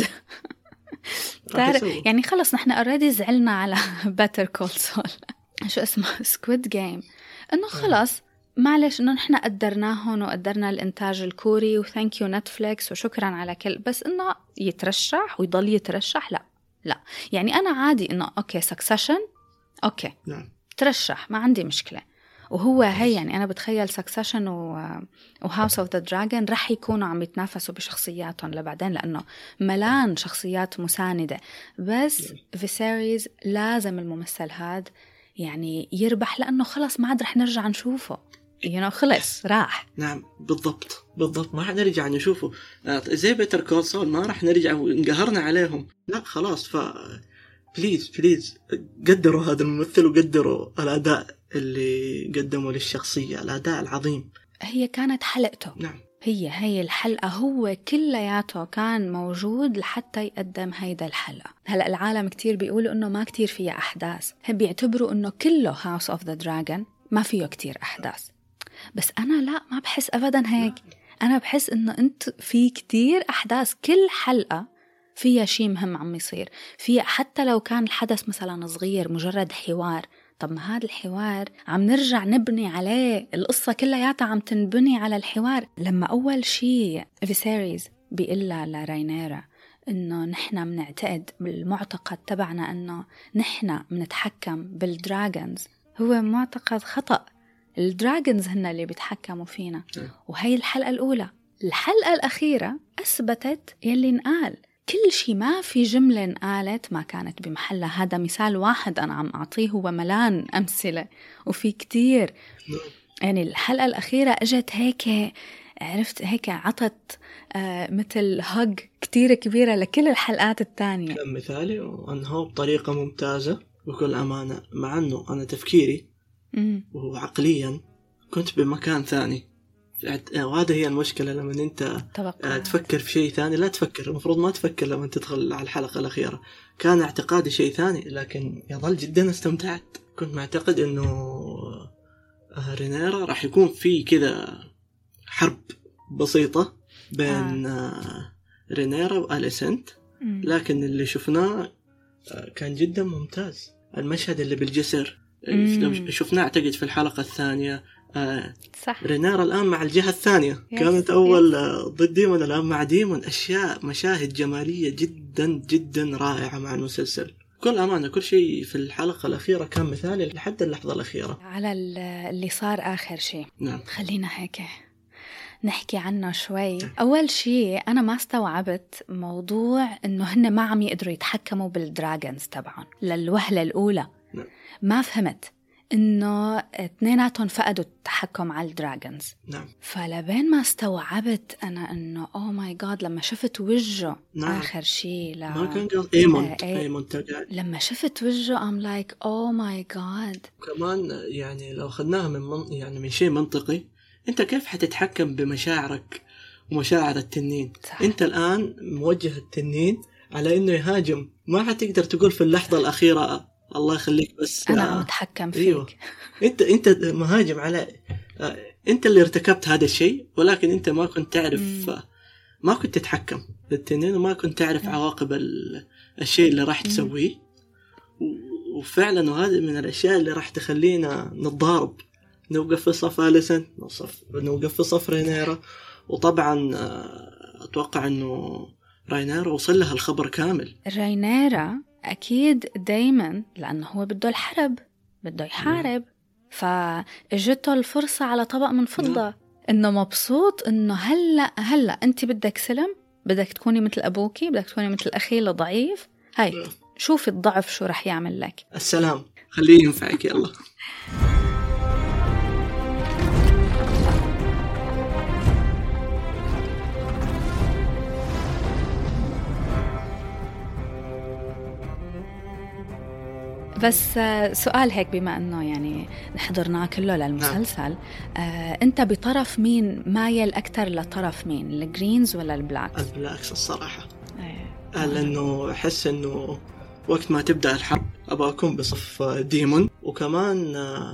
يعني خلص نحن أوريدي زعلنا على باتر كول سول، شو اسمه سكويد جيم، إنه خلص معلش إنه نحن قدرناهم وقدرنا الإنتاج الكوري وثانك يو نتفليكس وشكرا على كل، بس إنه يترشح ويضل يترشح لا لا يعني أنا عادي إنه أوكي سكسيشن أوكي نعم. ترشح ما عندي مشكلة، وهو هي يعني أنا بتخيل سكسيشن وهاوس أوف ذا دراجون رح يكونوا عم يتنافسوا بشخصياتهم لبعدين لأنه ملان شخصيات مساندة، بس فيسيريز لازم الممثل هاد يعني يربح لأنه خلص ما عاد رح نرجع نشوفه، يعني خلص راح. نعم بالضبط بالضبط، ما حنرجع نشوفه زي بيتر كول سول، ما رح نرجع ونقهرنا عليهم، لا خلاص. ف بليز بليز قدروا هذا الممثل وقدروا الأداء اللي قدموا للشخصية، الأداء العظيم. هي كانت حلقته. نعم. هي هي الحلقة، هو كلياته كان موجود لحتى يقدم هيدا الحلقة. هلأ العالم كتير بيقولوا إنه ما كتير فيها أحداث، هم بيعتبروا إنه كله House of the Dragon ما فيه كتير أحداث، بس أنا لا، ما بحس أبدا هيك. أنا بحس إنه أنت في كتير أحداث، كل حلقة فيها شيء مهم عم يصير فيها، حتى لو كان الحدث مثلا صغير مجرد حوار. طب ما هذا الحوار عم نرجع نبني عليه، القصة كلياتها عم تنبني على الحوار. لما أول شيء فيسيريز بيقلها لراينيرا إنه نحنا منعتقد بالمعتقد تبعنا إنه نحنا منتحكم بالدراجونز، هو معتقد خطأ. الدراجونز هن اللي بيتحكموا فينا. وهي الحلقة الأولى. الحلقة الأخيرة أثبتت يلي نقال، كل شيء ما في جملة انقالت ما كانت بمحلها. هذا مثال واحد أنا عم أعطيه، هو ملان أمثلة وفي كتير. يعني الحلقة الأخيرة أجت هيك، عرفت هيك عطت آه مثل هاج كتير كبيرة لكل الحلقات التانية. كان مثالي وأنهو بطريقة ممتازة بكل أمانة، مع أنه أنا تفكيري مم. وعقليا كنت بمكان ثاني، وهذا هي المشكلة لما أنت طبقا. تفكر في شيء ثاني. لا تفكر، المفروض ما تفكر لما تدخل على الحلقة الأخيرة. كان اعتقادي شيء ثاني، لكن يظل جدا استمتعت. كنت معتقد أنه رينيرا راح يكون في كذا حرب بسيطة بين آه. رينيرا وأليسنت، لكن اللي شفناه كان جدا ممتاز. المشهد اللي بالجسر مم. شفناه أعتقد في الحلقة الثانية. آه صح. رينيرا الآن مع الجهة الثانية. يس. كانت أول يس. ضد ديمون، الآن مع ديمون. أشياء مشاهد جمالية جدا جدا رائعة مع المسلسل. كل أمانة كل شيء في الحلقة الأخيرة كان مثالي لحد اللحظة الأخيرة. على اللي صار آخر شيء. نعم. خلينا هيك نحكي عنه شوي. أول شيء أنا ما استوعبت موضوع إنه هن ما عم يقدروا يتحكموا بالدراجونز تبعهم للوهلة الأولى. نعم. ما فهمت إنه اثنيناتهم فقدوا التحكم على الدراجونز. نعم. فلبين ما استوعبت أنا إنه أوه ماي جاد لما شفت وجهه. نعم. آخر شيء لا ما كان قصد إيمون. إيمون تقع. لما شفت وجهه I'm like oh my god. كمان يعني لو أخذناها من من يعني من شيء منطقي، أنت كيف حتتحكم بمشاعرك ومشاعر التنين؟ صح. أنت الآن موجه التنين على إنه يهاجم، ما حتقدر تقول في اللحظة الأخيرة الله يخليك بس أنا عم أتحكم فيك. أيوه. أنت أنت مهاجم على أنت اللي ارتكبت هذا الشيء، ولكن أنت ما كنت تعرف مم. ما كنت تتحكم بالتنين، وما كنت تعرف مم. عواقب الشيء اللي راح تسويه. وفعلا وهذه من الأشياء اللي راح تخلينا نتضارب، نوقف في صف أليسن، نوقف نوقف في صف رينيرا. وطبعا أتوقع إنه رينيرا وصل لها الخبر كامل. رينيرا أكيد دايما لأنه هو بده الحرب، بده يحارب، فاجته الفرصة على طبق من فضة. إنه مبسوط إنه هلأ هلأ أنت بدك سلم، بدك تكوني مثل أبوكي، بدك تكوني مثل أخي الضعيف. هاي شوفي الضعف شو رح يعمل لك. السلام خليه ينفعك يلا. بس سؤال هيك، بما أنه يعني حضرناه كله للمسلسل، آه، أنت بطرف مين مايل أكتر؟ لطرف مين، الجرينز ولا البلاكس؟ البلاكس الصراحة. أيه. لأنه أحس أنه وقت ما تبدأ الحرب أبغى أكون بصف ديمون، وكمان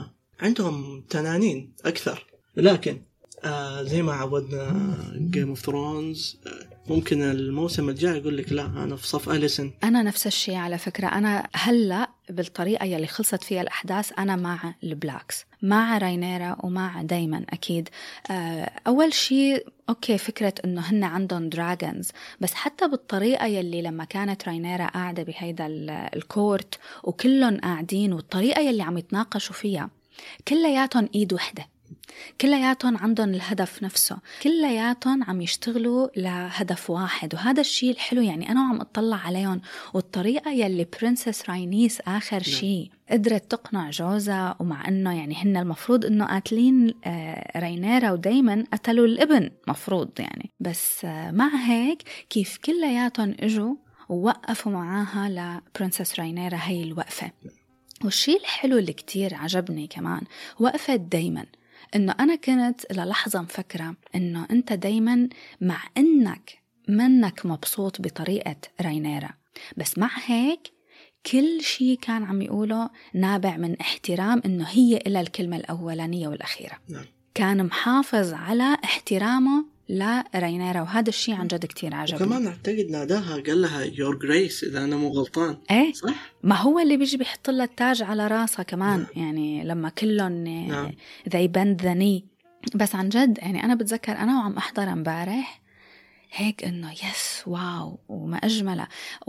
عندهم تنانين أكثر. لكن زي ما عودنا Game of Thrones، ممكن الموسم الجاي يقول لك لا أنا في صف أليسن. أنا نفس الشيء على فكرة. أنا هلأ بالطريقة يلي خلصت فيها الأحداث أنا مع البلاكس، مع راينيرا ومع دايما أكيد. أول شيء أوكي فكرة إنه هن عندهم دراجونز، بس حتى بالطريقة يلي لما كانت راينيرا قاعدة بهيدا الكورت وكلهم قاعدين، والطريقة يلي عم يتناقشوا فيها كلياتهم إيد وحدة، كلياتهم عندهم الهدف نفسه، كلياتهم عم يشتغلوا لهدف واحد. وهذا الشيء الحلو يعني أنا عم أطلع عليهم. والطريقة يلي برنسس راينيس آخر شيء قدرت تقنع جوزها، ومع أنه يعني هن المفروض أنه قاتلين راينيرا ودايما قتلوا الابن مفروض يعني، بس مع هيك كيف كلياتهم اجوا ووقفوا معاها لبرنسس راينيرا هاي الوقفة. والشيء الحلو اللي كتير عجبني كمان وقفت دايما، إنه أنا كنت للحظة مفكرة إنه أنت دايما مع إنك منك مبسوط بطريقة راينيرا، بس مع هيك كل شيء كان عم يقوله نابع من احترام إنه هي إلى الكلمة الأولانية والأخيرة. نعم. كان محافظ على احترامه لراينيرا، وهذا الشيء عن جد كتير عجبني. وكمان أعتقد ناداها قال لها Your Grace إذا أنا مو غلطان. إيه صح؟ ما هو اللي بيجي بيحط لها التاج على راسها كمان. نعم. يعني لما كلهم نعم. they bend the knee. بس عن جد يعني أنا بتذكر أنا وعم أحضر امبارح هيك إنه يس واو وما أجمله.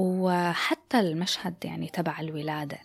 وحتى المشهد يعني تبع الولادة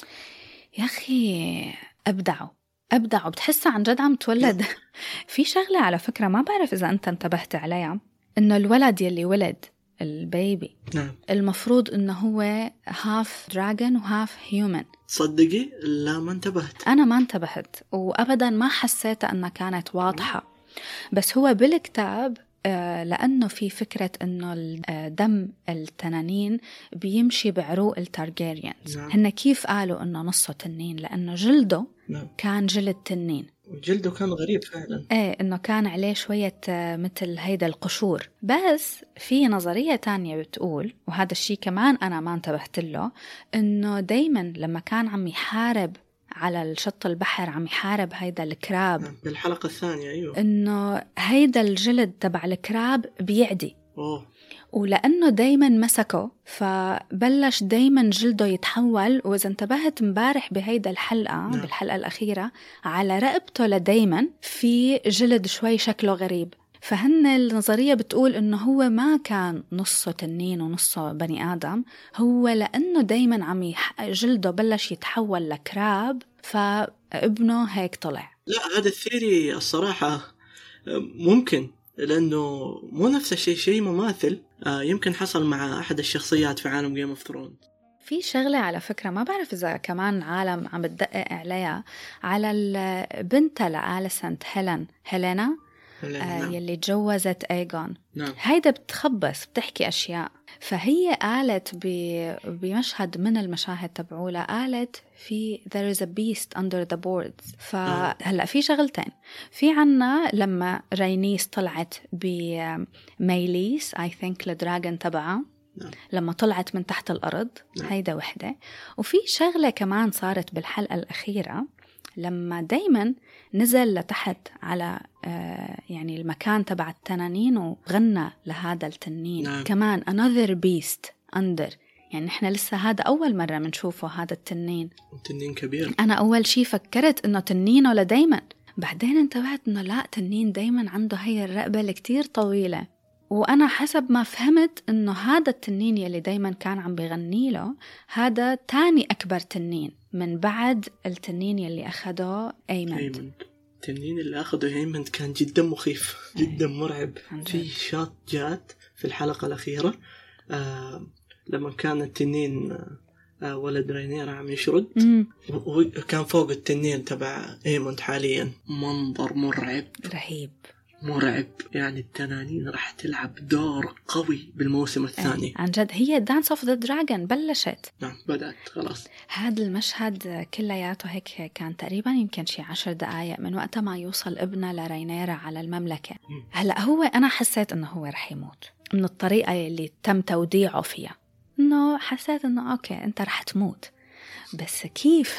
يا أخي أبدعوا أبدعوا، بتحسها عن جد عم تولد. في شغلة على فكرة ما بعرف إذا أنت انتبهت عليها، إنه الولد يلي ولد البيبي نعم. المفروض إنه هو هاف دراجون وهاف هيومن. صدقي لا ما انتبهت. أنا ما انتبهت وأبدا ما حسيت أنها كانت واضحة، بس هو بالكتاب لأنه في فكرة أنه دم التنانين بيمشي بعروق التارجيريانز. نعم. هن كيف قالوا أنه نصه تنين؟ لأنه جلده نعم. كان جلد تنين، وجلده كان غريب فعلا. ايه انه كان عليه شوية مثل هيدا القشور. بس في نظرية تانية بتقول، وهذا الشيء كمان أنا ما انتبهت له، إنه دايما لما كان عم يحارب على الشط البحر عم يحارب هيدا الكراب بالحلقة الثانية أيوة، إنه هيدا الجلد تبع الكراب بيعدي. أوه. ولأنه دايما مسكه فبلش دايما جلده يتحول. وإذا انتبهت مبارح بهيدا الحلقة نعم. بالحلقة الأخيرة على رقبته لدايما في جلد شوي شكله غريب. فهن النظرية بتقول إنه هو ما كان نصه تنين ونصه بني آدم، هو لأنه دايما عم يح... جلده بلش يتحول لكراب فابنه هيك طلع. لا هذا الثيري الصراحة ممكن، لأنه مو نفس الشيء، شيء مماثل يمكن حصل مع أحد الشخصيات في عالم جيم اوف ثرونز. في شغلة على فكرة ما بعرف إذا كمان عالم عم بتدقق عليها، على البنت لآليسنت هيلين هيلينا آه يلي تجوزت ايغون. نعم. هيدا بتخبص بتحكي أشياء. فهي قالت بمشهد من المشاهد تبعولها، قالت في there is a beast under the boards. فهلأ في شغلتين، في عنا لما راينيس طلعت بميليس I think الدراجون تبعها نعم. لما طلعت من تحت الأرض نعم. هيدا وحدة. وفي شغلة كمان صارت بالحلقة الأخيرة لما دايما نزل لتحت على آه يعني المكان تبع التنانين وغنى لهذا التنين نعم. كمان another beast under، يعني إحنا لسه هذا أول مرة منشوفه هذا التنين. تنين كبير. أنا أول شي فكرت إنه تنينه لدايما، بعدين انتبهت إنه لا، تنين دايما عنده هي الرقبة الكتير طويلة. وأنا حسب ما فهمت إنه هذا التنين يلي دايما كان عم بيغني له هذا تاني أكبر تنين من بعد التنين يلي أخده أيمند. التنين اللي أخده أيمند كان جدا مخيف جدا مرعب. في شات جات في الحلقة الأخيرة آه لما كان التنين آه ولد راينيرا عم يشرد وكان فوق التنين تبع أيمند حاليا. منظر مرعب رهيب مرعب. يعني التنانين راح تلعب دور قوي بالموسم الثاني. أي. عن جد هي دانس اوف ذا دراجون بلشت. نعم بدأت خلاص. هذا المشهد كلياته هيك كان تقريبا يمكن شي عشر دقايق من وقت ما يوصل ابنه لرينيرا على المملكة. م. هلأ هو أنا حسيت أنه هو رح يموت من الطريقة اللي تم توديعه فيها، أنه حسيت أنه أوكي أنت رح تموت، بس كيف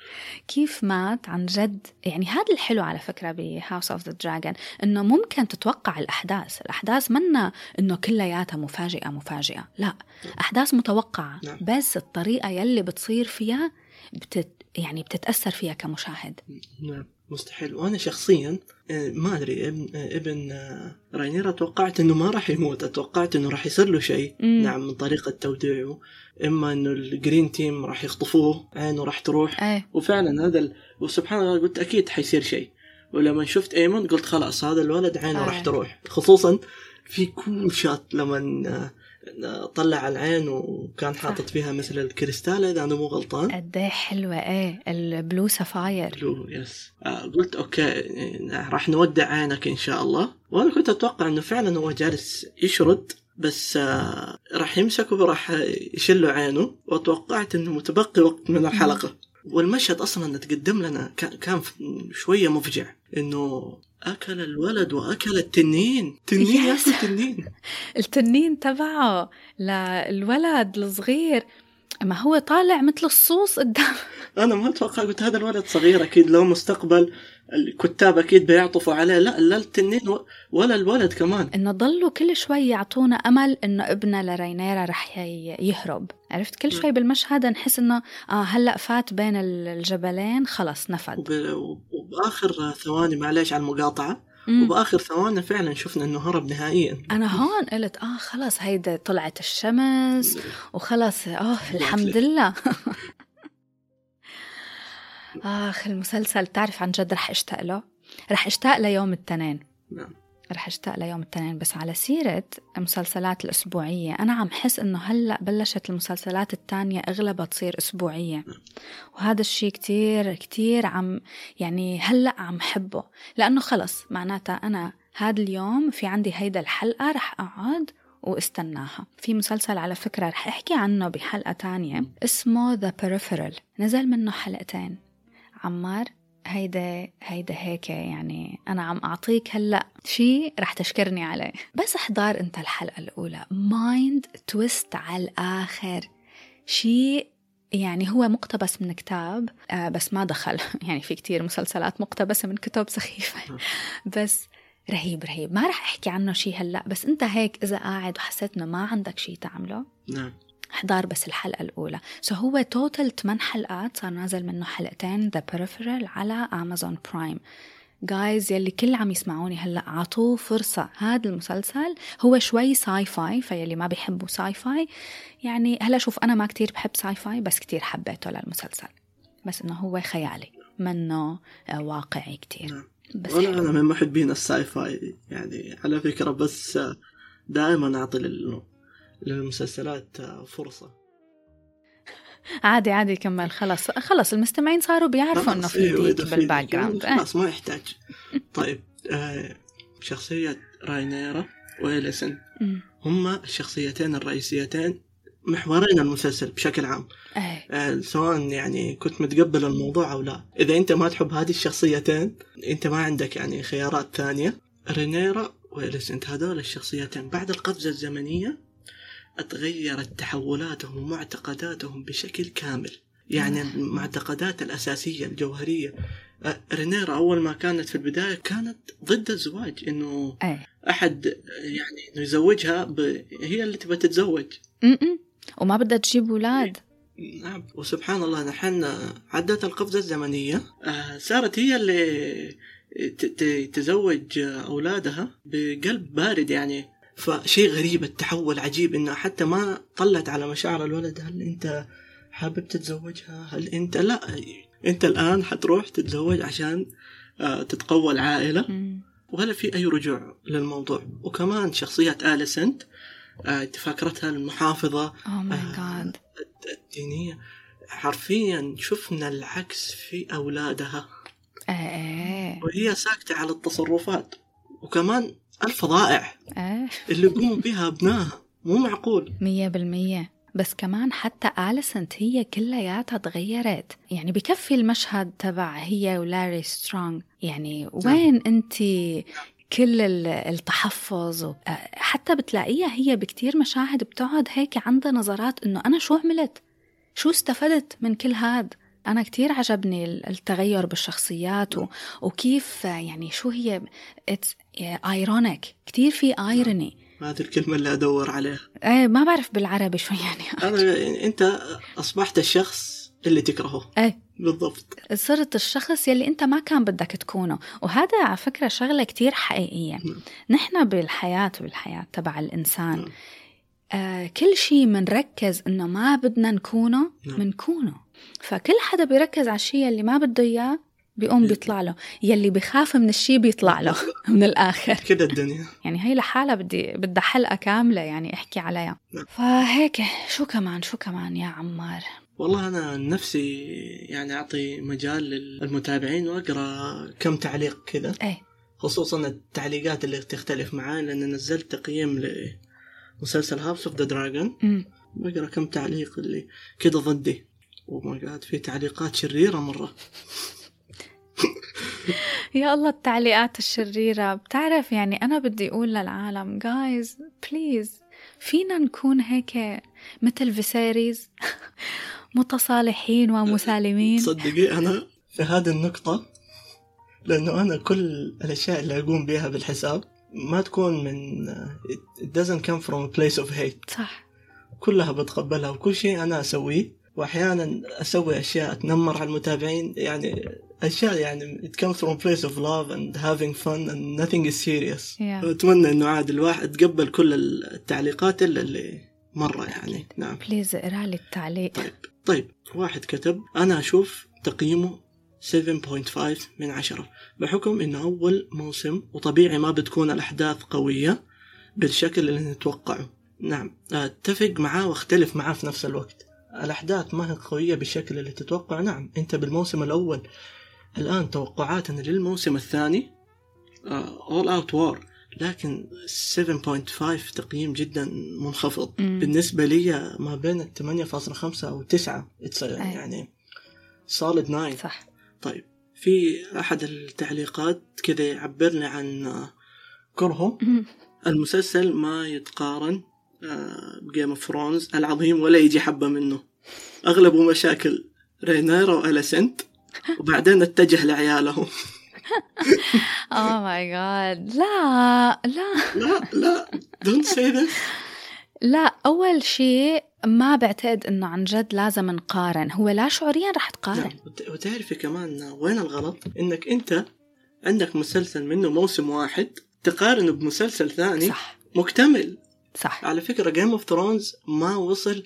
كيف مات عن جد. يعني هذا الحلو على فكرة بهاوس اوف ذا دراجون، انه ممكن تتوقع الاحداث الاحداث منا انه كلياتها مفاجئة مفاجئة، لا احداث متوقعة. نعم. بس الطريقة يلي بتصير فيها بتت يعني بتتأثر فيها كمشاهد. نعم مستحيل. وانا شخصيا ما ادري ابن ابن راينيرا توقعت انه ما راح يموت، اتوقعت انه راح يصير له شيء. نعم من طريقة توديعه، اما انه الجرين تيم راح يخطفوه، عينه راح تروح. أي. وفعلا هذا ال... وسبحان الله قلت اكيد حيصير شيء. ولما شفت ايمون قلت خلاص هذا الولد عينه راح تروح، خصوصا في كل شات لما طلع العين وكان حاطط فيها مثل الكريستال، اذا انا مو غلطان. قديه حلوه. ايه البلو سفاير. بلو يس. آه قلت اوكي راح نودع عينك ان شاء الله. وانا كنت اتوقع انه فعلا هو جالس يشرد، بس آه راح يمسكه وراح يشله عينه، وتوقعت انه متبقي وقت من الحلقه. والمشهد اصلا تقدم لنا كان شويه مفجع، انه أكل الولد وأكل التنين. تنين يأكل تنين. التنين تبعه للولد الصغير، ما هو طالع مثل الصوص قدام. أنا ما أتوقع، قلت هذا الولد صغير أكيد لو مستقبل الكتاب أكيد بيعطفوا عليه. لا لا التنين ولا الولد كمان. إنه ضلوا كل شوي يعطونا أمل إنه ابنه لرينيرا رح يهرب. عرفت كل شوي بالمشهد نحس إنه آه هلأ فات بين الجبلين خلاص نفد. وبآخر ثواني معليش على المقاطعة، مم. وبآخر ثواني فعلا شفنا إنه هرب نهائيا. أنا هون قلت آه خلاص هيدا طلعت الشمس وخلاص آه الحمد لله. آخ المسلسل تعرف عن جد رح اشتاق له، رح اشتاق ليوم التنين. نعم رح اشتاق ليوم التنين. بس على سيرة المسلسلات الأسبوعية، أنا عم حس إنه هلأ بلشت المسلسلات التانية أغلبها تصير أسبوعية. نعم. وهذا الشيء كتير كتير عم يعني هلأ عم حبه، لأنه خلص معناتها أنا هذا اليوم في عندي هيدا الحلقة رح أقعد واستناها. في مسلسل على فكرة رح أحكي عنه بحلقة تانية اسمه The Peripheral، نزل منه حلقتين. عمار هيدا هيدا هيك يعني أنا عم أعطيك هلأ شيء رح تشكرني عليه. بس احضر أنت الحلقة الأولى، مايند تويست على الآخر، شيء يعني هو مقتبس من كتاب آه بس ما دخل يعني في كتير مسلسلات مقتبسة من كتب سخيفة بس رهيب رهيب. ما رح أحكي عنه شيء هلأ، بس أنت هيك إذا قاعد وحسيت إنه ما عندك شيء تعمله، نعم احضر بس الحلقة الأولى. سو هو توتال ثمان حلقات، صار نازل منه حلقتين The Peripheral على أمازون برايم. جايز يلي كل عم يسمعوني هلأ عطوه فرصة. هذا المسلسل هو شوي ساي فاي، فيلي ما بيحبوا ساي فاي يعني هلأ شوف أنا ما كتير بحب ساي فاي بس كتير حبيته للمسلسل، بس إنه هو خيالي منه واقعي كتير. بس أنا, أنا من محبين الساي فاي يعني على فكرة، بس دائما أعطي لل للمسلسلات فرصة. عادي عادي كمل. خلص خلص المستمعين صاروا بيعرفوا انه في ديك بالباك جراوند، خلاص ما يحتاج. طيب آه شخصية راينيرا وإليسن هم الشخصيتين الرئيسيتين محورين المسلسل بشكل عام. آه سواء يعني كنت متقبل الموضوع أو لا. إذا أنت ما تحب هذه الشخصيتين أنت ما عندك يعني خيارات ثانية. راينيرا وإليسن هذول الشخصيتين بعد القفزة الزمنية تغيرت تحولاتهم ومعتقداتهم بشكل كامل. يعني المعتقدات الأساسية الجوهرية، رينيرا أول ما كانت في البداية كانت ضد الزواج، إنه أحد يعني إنه يزوجها ب... هي اللي تبى تتزوج م-م. وما بدها تجيب أولاد. نعم. وسبحان الله نحن عدت القفزة الزمنية، صارت هي اللي تزوج أولادها بقلب بارد يعني. فشيء غريب، التحول عجيب، إنه حتى ما طلت على مشاعر الولد. هل أنت حابب تتزوجها؟ هل أنت لا أنت الآن حتروح تتزوج عشان تتقوى العائلة، ولا في أي رجوع للموضوع. وكمان شخصية آليسنت تفكرتها المحافظة الدينية، حرفيا شفنا العكس في أولادها. وهي ساكتة على التصرفات، وكمان الفضائع آه. اللي يقوموا بها أبنائها مو معقول. مية بالمية. بس كمان حتى آليسنت هي كلياتها تغيرت. يعني بكفي المشهد تبع هي ولاري سترونغ، يعني وين أنتي كل التحفظ، حتى بتلاقيها هي بكتير مشاهد بتقعد هيك عندها نظرات إنه أنا شو عملت، شو استفدت من كل هاد. أنا كتير عجبني التغير بالشخصيات وكيف يعني شو هي ايرونيك، كتير في ايروني. هذه الكلمة اللي أدور عليها. ايه ما بعرف بالعربي شو يعني. أنا يعني أنت أصبحت الشخص اللي تكرهه. ايه بالضبط، صرت الشخص يلي أنت ما كان بدك تكونه. وهذا على فكرة شغلة كتير حقيقية. م. نحن بالحياة بالحياة تبع الإنسان آه كل شيء منركز إنه ما بدنا نكونه منكونه. فكل حدا بيركز على الشيء اللي ما بده إياه بيقوم بيطلع له، يلي بيخاف من الشيء بيطلع له من الآخر كده الدنيا. يعني هي لحالة بدي بدها حلقة كاملة يعني احكي عليها. فهيك شو كمان شو كمان يا عمار؟ والله أنا نفسي يعني أعطي مجال للمتابعين وأقرأ كم تعليق كذا. أي. خصوصا التعليقات اللي تختلف معاي، لأن نزلت تقييم لمسلسل هاوس اوف ذا دراجون، بقرأ كم تعليق اللي كده ضدي، وما قاعد في تعليقات شريرة مرة. يا الله التعليقات الشريرة. بتعرف يعني أنا بدي أقول للعالم guys please فينا نكون هيك مثل فيسيريز متصالحين ومسالمين. صدقي أنا في هذه النقطة، لأنه أنا كل الأشياء اللي أقوم بها بالحساب ما تكون من it doesn't come from a place of hate. صح. كلها بتقبلها وكل شيء أنا أسويه، وأحيانا أسوي أشياء تنمر على المتابعين، يعني أشياء يعني it comes from a place of love and having fun and nothing is serious. yeah. أتمنى إنه عاد الواحد تقبل كل التعليقات اللي, اللي مرة يعني. نعم بليز اقرأ لي التعليق. طيب طيب واحد كتب أنا أشوف تقييمه سبعة فاصلة خمسة من عشرة بحكم إنه أول موسم وطبيعي ما بتكون الأحداث قوية بالشكل اللي نتوقعه. نعم أتفق معاه واختلف معاه في نفس الوقت. الأحداث ما هي قوية بالشكل اللي تتوقع. نعم أنت بالموسم الأول، الآن توقعاتنا للموسم الثاني uh, all out war، لكن سبعة فاصلة خمسة تقييم جدا منخفض. م. بالنسبة لي ما بين ثمانية فاصلة خمسة أو تسعة يعني solid تسعة. صح. طيب في أحد التعليقات كذا يعبرني عن كرهه. المسلسل ما يتقارن بجيم اوف ثرونز العظيم ولا يجي حبة منه، أغلبه مشاكل رينيرا وأليسنت وبعدين اتجه لعيالهم. oh my god لا لا لا لا don't say this. لا أول شيء ما بعتقد إنه عن جد لازم نقارن، هو لا شعوريا رح تقارن. وتعرفي كمان وين الغلط؟ إنك أنت عندك مسلسل منه موسم واحد تقارنه بمسلسل ثاني. صح. مكتمل. صح. على فكرة Game of Thrones ما وصل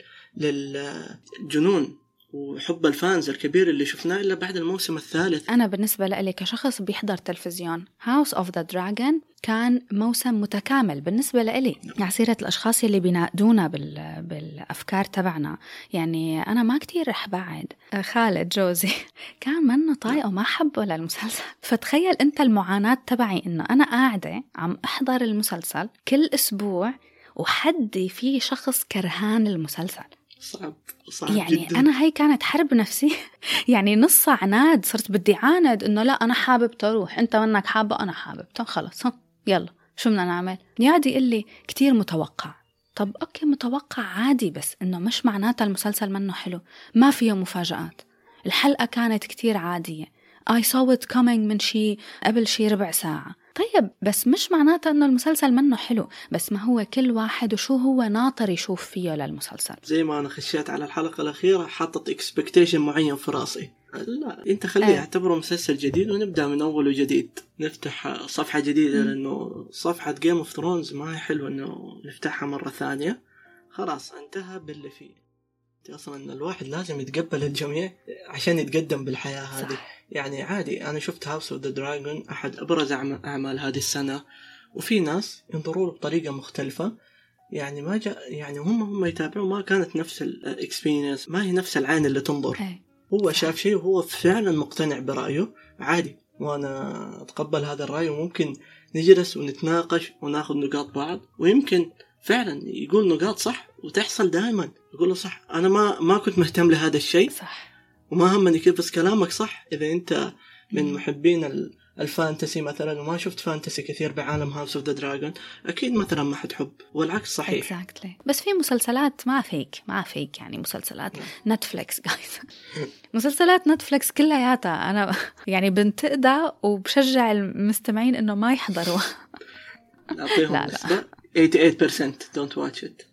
للجنون وحب الفانز الكبير اللي شفناه إلا بعد الموسم الثالث. أنا بالنسبة لي كشخص بيحضر تلفزيون House of the Dragon كان موسم متكامل بالنسبة لي. يعني سيرة الأشخاص اللي بيناقدونا بال... بالأفكار تبعنا، يعني أنا ما كتير رح بعد. خالد جوزي كان منه طايقه ما حبه للمسلسل. فتخيل أنت المعاناة تبعي إنه أنا قاعدة عم أحضر المسلسل كل أسبوع وحدي في شخص كرهان المسلسل. صعب صعب يعني جدا. أنا هاي كانت حرب نفسي. يعني نص عناد، صرت بدي عاند إنه لا أنا حاببته روح، أنت منك حابة أنا حاببته خلص ها يلا شو بدنا نعمل. يادي يقول لي كتير متوقع. طب أوكي متوقع عادي، بس إنه مش معناته المسلسل منه حلو، ما فيه مفاجآت. الحلقة كانت كتير عادية I saw it coming من شي قبل شي ربع ساعة. طيب بس مش معناته أنه المسلسل منه حلو، بس ما هو كل واحد وشو هو ناطر يشوف فيه للمسلسل. زي ما أنا خشيت على الحلقة الأخيرة حطت إكسبكتيشن معين في راسي. لا أنت خليه اعتبره مسلسل جديد ونبدأ من أول وجديد، نفتح صفحة جديدة. م. لأنه صفحة Game of Thrones ما هي حلوة أنه نفتحها مرة ثانية. خلاص انتهى باللي فيه. أصلا الواحد لازم يتقبل الجميع عشان يتقدم بالحياة هذه. يعني عادي أنا شفت House of the Dragon أحد أبرز أعمال هذه السنة، وفي ناس ينظروا بطريقة مختلفة. يعني ما جاء يعني هم هم يتابعوا ما كانت نفس الإكسبيرينس، ما هي نفس العين اللي تنظر. هو شاف شيء وهو فعلا مقتنع برأيه عادي، وأنا أتقبل هذا الرأي وممكن نجلس ونتناقش وناخذ نقاط بعض، ويمكن فعلا يقول نقاط صح وتحصل دائما. يقول له صح، أنا ما ما كنت مهتم لهذا الشيء صح، وما همني كيف، بس كلامك صح. إذا أنت من محبين الفانتسي مثلا وما شفت فانتسي كثير بعالم هاوس اوف ذا دراجون، اكيد مثلا ما حتحب، والعكس صحيح. exactly. بس في مسلسلات ما فيك ما فيك يعني مسلسلات نتفليكس جايز مسلسلات نتفليكس كلياتها انا يعني بنتقدها وبشجع المستمعين انه ما يحضروا. اعطيهم لا نسبة ثمانية وثمانين بالمية don't watch it.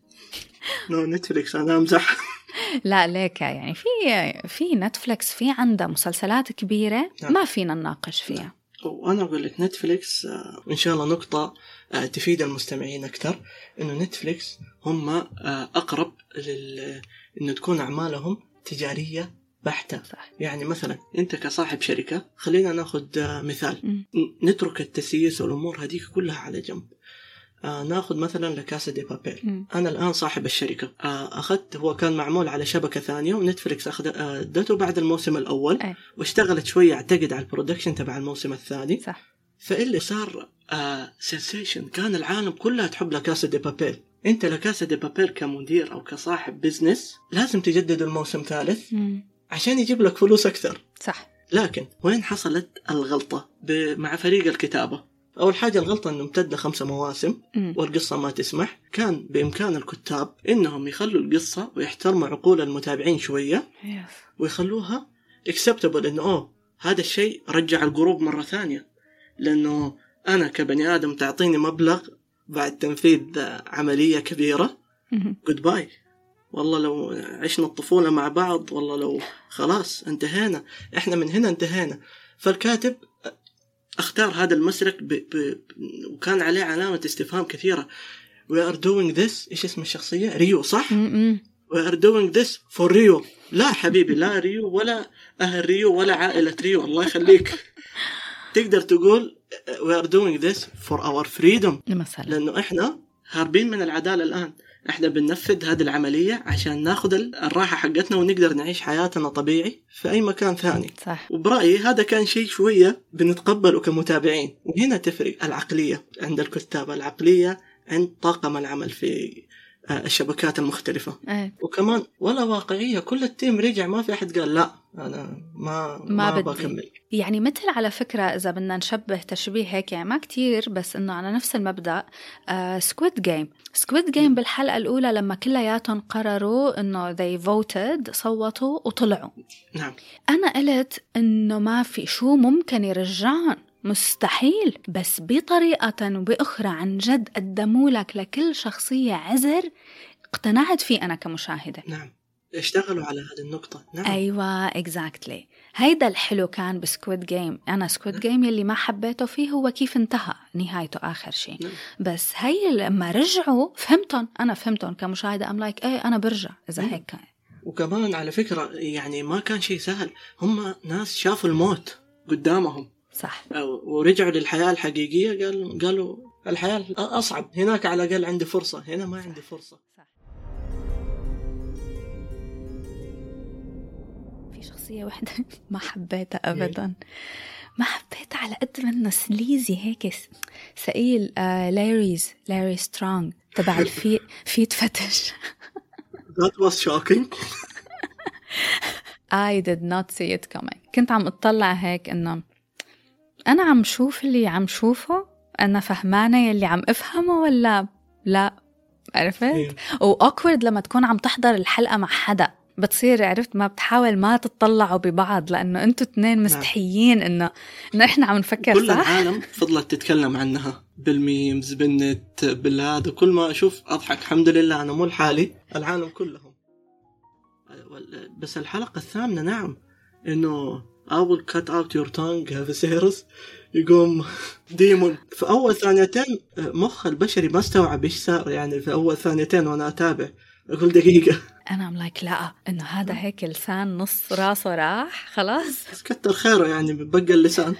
نو نتفليكس أنا أمزح. لا ليك يعني في في نتفليكس في عندها مسلسلات كبيرة ما فينا نناقش فيها. وأنا أقول لك نتفليكس إن شاء الله نقطة تفيد المستمعين أكثر، إنه نتفليكس هم أقرب لل إنه تكون أعمالهم تجارية بحتة. صح. يعني مثلا أنت كصاحب شركة، خلينا ناخذ مثال، م. نترك التسييس والأمور هذيك كلها على جنب. آه ناخذ مثلا لكاسا دي بابيل. م. أنا الآن صاحب الشركة، آه أخذت، هو كان معمول على شبكة ثانية ونتفليكس أخذته بعد الموسم الأول. أي. واشتغلت شوية أعتقد على البرودكشن تبع الموسم الثاني. صح. فإلي صار آه سنسيشن، كان العالم كلها تحب لكاسا دي بابيل. أنت لكاسا دي بابيل كمدير أو كصاحب بيزنس لازم تجدد الموسم ثالث م. عشان يجيب لك فلوس أكثر. صح. لكن وين حصلت الغلطة مع فريق الكتابة؟ أول حاجة الغلطة أنه امتد خمسة مواسم م. والقصة ما تسمح. كان بإمكان الكتاب إنهم يخلوا القصة ويحترموا عقول المتابعين شوية ويخلوها acceptable، إنه أوه هذا الشيء رجع القروب مرة ثانية. لأنه أنا كبني آدم تعطيني مبلغ بعد تنفيذ عملية كبيرة، goodbye، والله لو عشنا الطفولة مع بعض، والله لو خلاص انتهينا، إحنا من هنا انتهينا. فالكاتب اختار هذا المسلك ب... ب... وكان عليه علامة استفهام كثيرة. we are doing this، إيش اسم الشخصية؟ ريو، صح؟ م-م. we are doing this for ريو. لا حبيبي، لا ريو ولا أهل ريو ولا عائلة ريو، الله يخليك. تقدر تقول we are doing this for our freedom مثلا. لأنه إحنا هاربين من العدالة الآن، إحنا بننفذ هذه العملية عشان ناخذ الراحة حقتنا ونقدر نعيش حياتنا طبيعي في أي مكان ثاني. صح. وبرأيي هذا كان شيء شوية بنتقبله كمتابعين. وهنا تفرق العقلية عند الكتاب، العقلية عند طاقم العمل في الشبكات المختلفة. أيه. وكمان ولا واقعية، كل التيم رجع، ما في أحد قال لا أنا ما ما, ما بكمل. يعني مثل على فكرة إذا بدنا نشبه تشبيه هيك، يعني ما كتير بس إنه على نفس المبدأ، سكويد جيم سكويد جيم بالحلقة الأولى لما كلياتهم قرروا إنه they voted، صوتوا وطلعوا. نعم. أنا قلت إنه ما في شو ممكن يرجعهم، مستحيل، بس بطريقة وبأخرى عن جد قدموا لك لكل شخصية عذر اقتنعت فيه أنا كمشاهدة. نعم، اشتغلوا على هذه النقطة. نعم. أيوة exactly. هيدا الحلو كان بسكويد جيم. أنا سكويد جيم يلي ما حبيته فيه هو كيف انتهى نهايته آخر شيء. نعم. بس هاي لما رجعوا فهمتهم، أنا فهمتهم كمشاهدة، أم لايك إيه أنا برجع إذا هيك كان. وكمان على فكرة يعني ما كان شيء سهل، هم ناس شافوا الموت قدامهم. صح. ورجعوا للحياة الحقيقية، قالوا قالوا الحياة أصعب هناك، على الأقل عندي فرصة، هنا ما عندي فرصة. صح. في شخصية واحدة ما حبيتها أبدا، ما حبيتها على قد منه سليزي هيك سئيل. آه لاريز لاري سترونغ تبع الفي فيت فتش. That was shocking. I did not see it coming. كنت عم أطلع هيك إنه أنا عم شوف اللي عم شوفه، أنا فهمانة يلي عم أفهمه ولا لا، عرفت؟ وأوكورد لما تكون عم تحضر الحلقة مع حدا بتصير، عرفت، ما بتحاول ما تطلعوا ببعض لأنه أنتوا اثنين مستحيين إنه إنه إحنا عم نفكر. كل صح؟ العالم فضلت تتكلم عنها بالميمز بالنت بالهذا، كل ما أشوف أضحك. الحمد لله أنا مو لحالي، العالم كلهم. بس الحلقة الثامنة نعم إنه I will cut out your tongue هذا سيرس يقوم ديمون. في أول ثانيتين مخ البشري ما استوعب إيش صار، يعني في أول ثانيتين وأنا أتابع أقول دقيقة، أنا أم لايك لا إنه هذا هيك لسان نص راسه راح خلاص، بس كتر خيره يعني ببقى اللسان.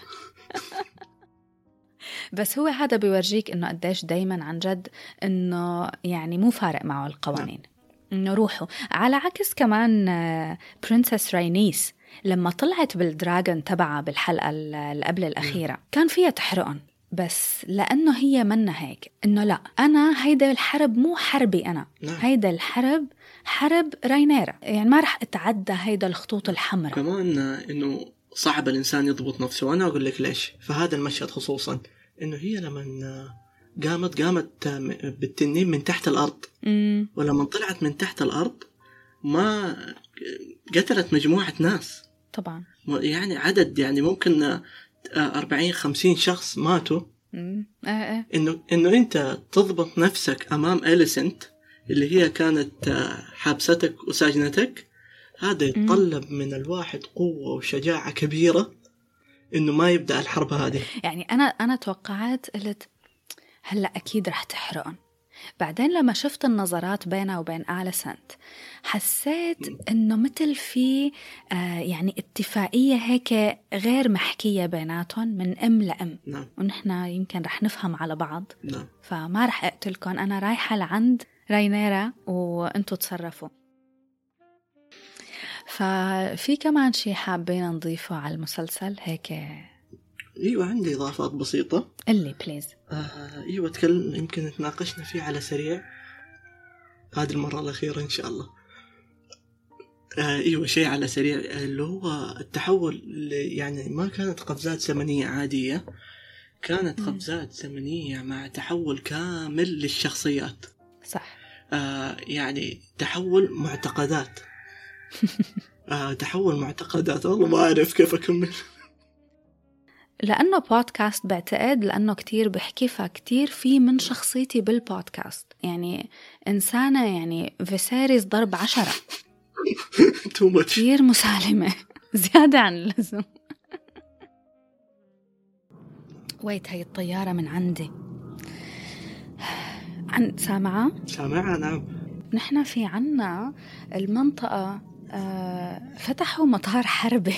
بس هو هذا بيورجيك إنه قديش دايما عن جد إنه يعني مو فارق معه القوانين، إنه روحه. على عكس كمان برنسس راينيس لما طلعت بالدراجون تبعها بالحلقة اللي قبل الأخيرة كان فيها تحرقهم، بس لأنه هي منا هيك، إنه لا أنا هيدا الحرب مو حربي أنا، نعم. هيدا الحرب حرب راينيرا، يعني ما رح أتعدى هيدا الخطوط الحمراء. كمان إنه صعب الإنسان يضبط نفسه، وأنا أقول لك ليش. فهذا المشهد خصوصا إنه هي لما قامت قامت بالتنين من تحت الأرض، مم. ولما طلعت من تحت الأرض ما قتلت مجموعة ناس طبعا، يعني عدد يعني ممكن أربعين خمسين شخص ماتوا. مم. آه آه. إنه إنه أنت تضبط نفسك أمام إليسنت اللي هي كانت حابستك وساجنتك، هذا يتطلب من الواحد قوة وشجاعة كبيرة إنه ما يبدأ الحرب هذه. يعني أنا أنا توقعت قلت هلأ أكيد رح تحرقن. بعدين لما شفت النظرات بينها وبين أليسنت حسيت إنه مثل في آه يعني اتفاقية هيك غير محكية بيناتهم من أم لأم. نعم. ونحن يمكن رح نفهم على بعض. نعم. فما رح أقتلكن، أنا رايحة لعند راينيرا وأنتوا تصرفوا. ففي كمان شي حابين نضيفه على المسلسل هيك؟ ايوه عندي اضافات بسيطه. اللي بليز. آه ايوه تكلم، يمكن تناقشنا فيه على سريع هذه المره الاخيره ان شاء الله. آه ايوه شيء على سريع اللي هو التحول، يعني ما كانت قفزات زمنيه عاديه، كانت قفزات زمنيه مع تحول كامل للشخصيات. صح. آه يعني تحول معتقدات. آه تحول معتقدات، والله ما أعرف كيف أكمل. لأنه بودكاست بعتقد لأنه كتير بحكي، فكتير في من شخصيتي بالبودكاست، يعني إنسانة يعني فيسيريس ضرب عشرة. كتير مسالمة زيادة عن اللزوم. ويت هاي الطيارة من عندي. عن سامعة؟ سامعة نعم. نحن في عنا المنطقة آه فتحوا مطار حربي.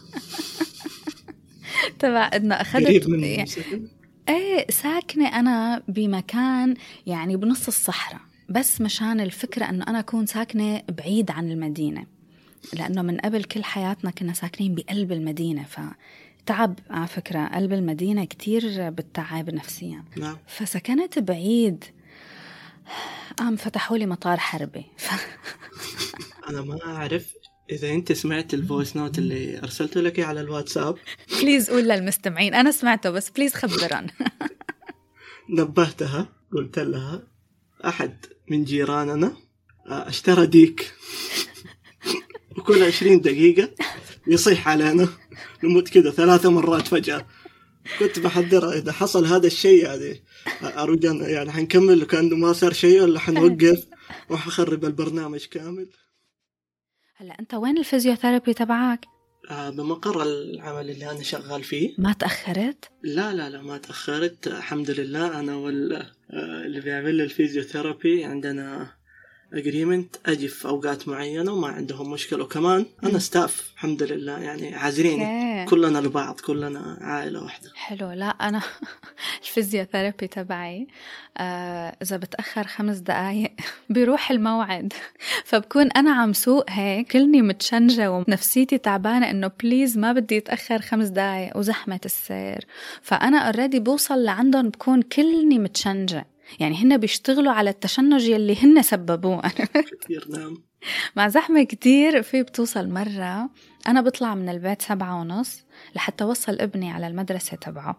تبع إنه أخذت قريب من يعني إيه ساكنة أنا بمكان يعني بنص الصحراء، بس مشان الفكرة إنه أنا أكون ساكنة بعيد عن المدينة، لأنه من قبل كل حياتنا كنا ساكنين بقلب المدينة، فتعب على فكرة قلب المدينة كتير بتتعب نفسيا. نعم. فسكنت بعيد، قام فتحوا لي مطار حربي. ف... أنا ما أعرف إذا أنت سمعت الفويس نوت اللي أرسلته لك على الواتساب. بليز قول للمستمعين، أنا سمعته بس بليز خبران. نبهتها قلت لها أحد من جيراننا اشترى ديك وكل عشرين دقيقة يصيح علينا نموت كده ثلاثة مرات فجأة. كنت بحذرها إذا حصل هذا الشيء يعني أرجع يعني حنكمل كأنه ما صار شيء ولا حنوقف وحخرب البرنامج كامل. هلا أنت وين الفيزيوثيرابي تبعك؟ آه بمقر العمل اللي أنا شغال فيه. ما تأخرت؟ لا لا لا ما تأخرت الحمد لله. أنا واللي بيعمل لي الفيزيوثيرابي عندنا أجريمنت أجي في أوقات معينة وما عندهم مشكلة، وكمان أنا ستاف الحمد لله يعني عازريني كلنا لبعض، كلنا عائلة واحدة. حلو. لا أنا الفيزيوثيرابي تبعي آه إذا بتأخر خمس دقايق بيروح الموعد، فبكون أنا عم سوق هيك كلني متشنجة ونفسيتي تعبانة إنه بليز ما بدي يتأخر خمس دقايق وزحمة السير، فأنا أوريدي بوصل لعندهم بكون كلني متشنجة، يعني هن بيشتغلوا على التشنج اللي هن سببوه. كثير نعم. مع زحمة كتير في بتوصل مرة أنا بطلع من البيت سبعة ونص لحتى وصل ابني على المدرسة تبعه،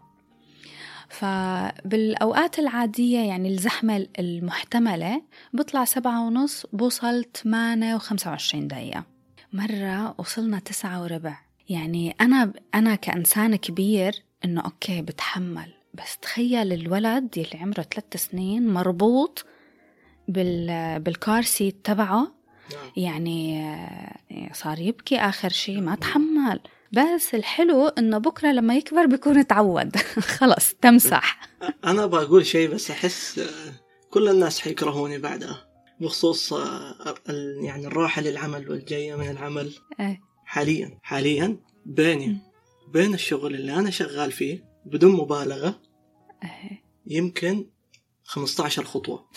فبالأوقات العادية يعني الزحمة المحتملة بطلع سبعة ونص بوصل ثمانية وخمسة وعشرين دقيقة. مرة وصلنا تسعة وربع، يعني أنا أنا كإنسان كبير إنه أوكي بتحمل، بس تخيل الولد يلي عمره ثلاث سنين مربوط بال بالكارسي تبعه، يعني صار يبكي آخر شيء، ما تحمل. بس الحلو إنه بكرة لما يكبر بيكون تعود. خلص تمسح. أنا بقول شيء بس أحس كل الناس حيكرهوني بعدها بخصوص يعني الراحة للعمل والجاية من العمل. حاليا حاليا بيني بين الشغل اللي أنا شغال فيه بدون مبالغة يمكن خمسة عشر خطوة.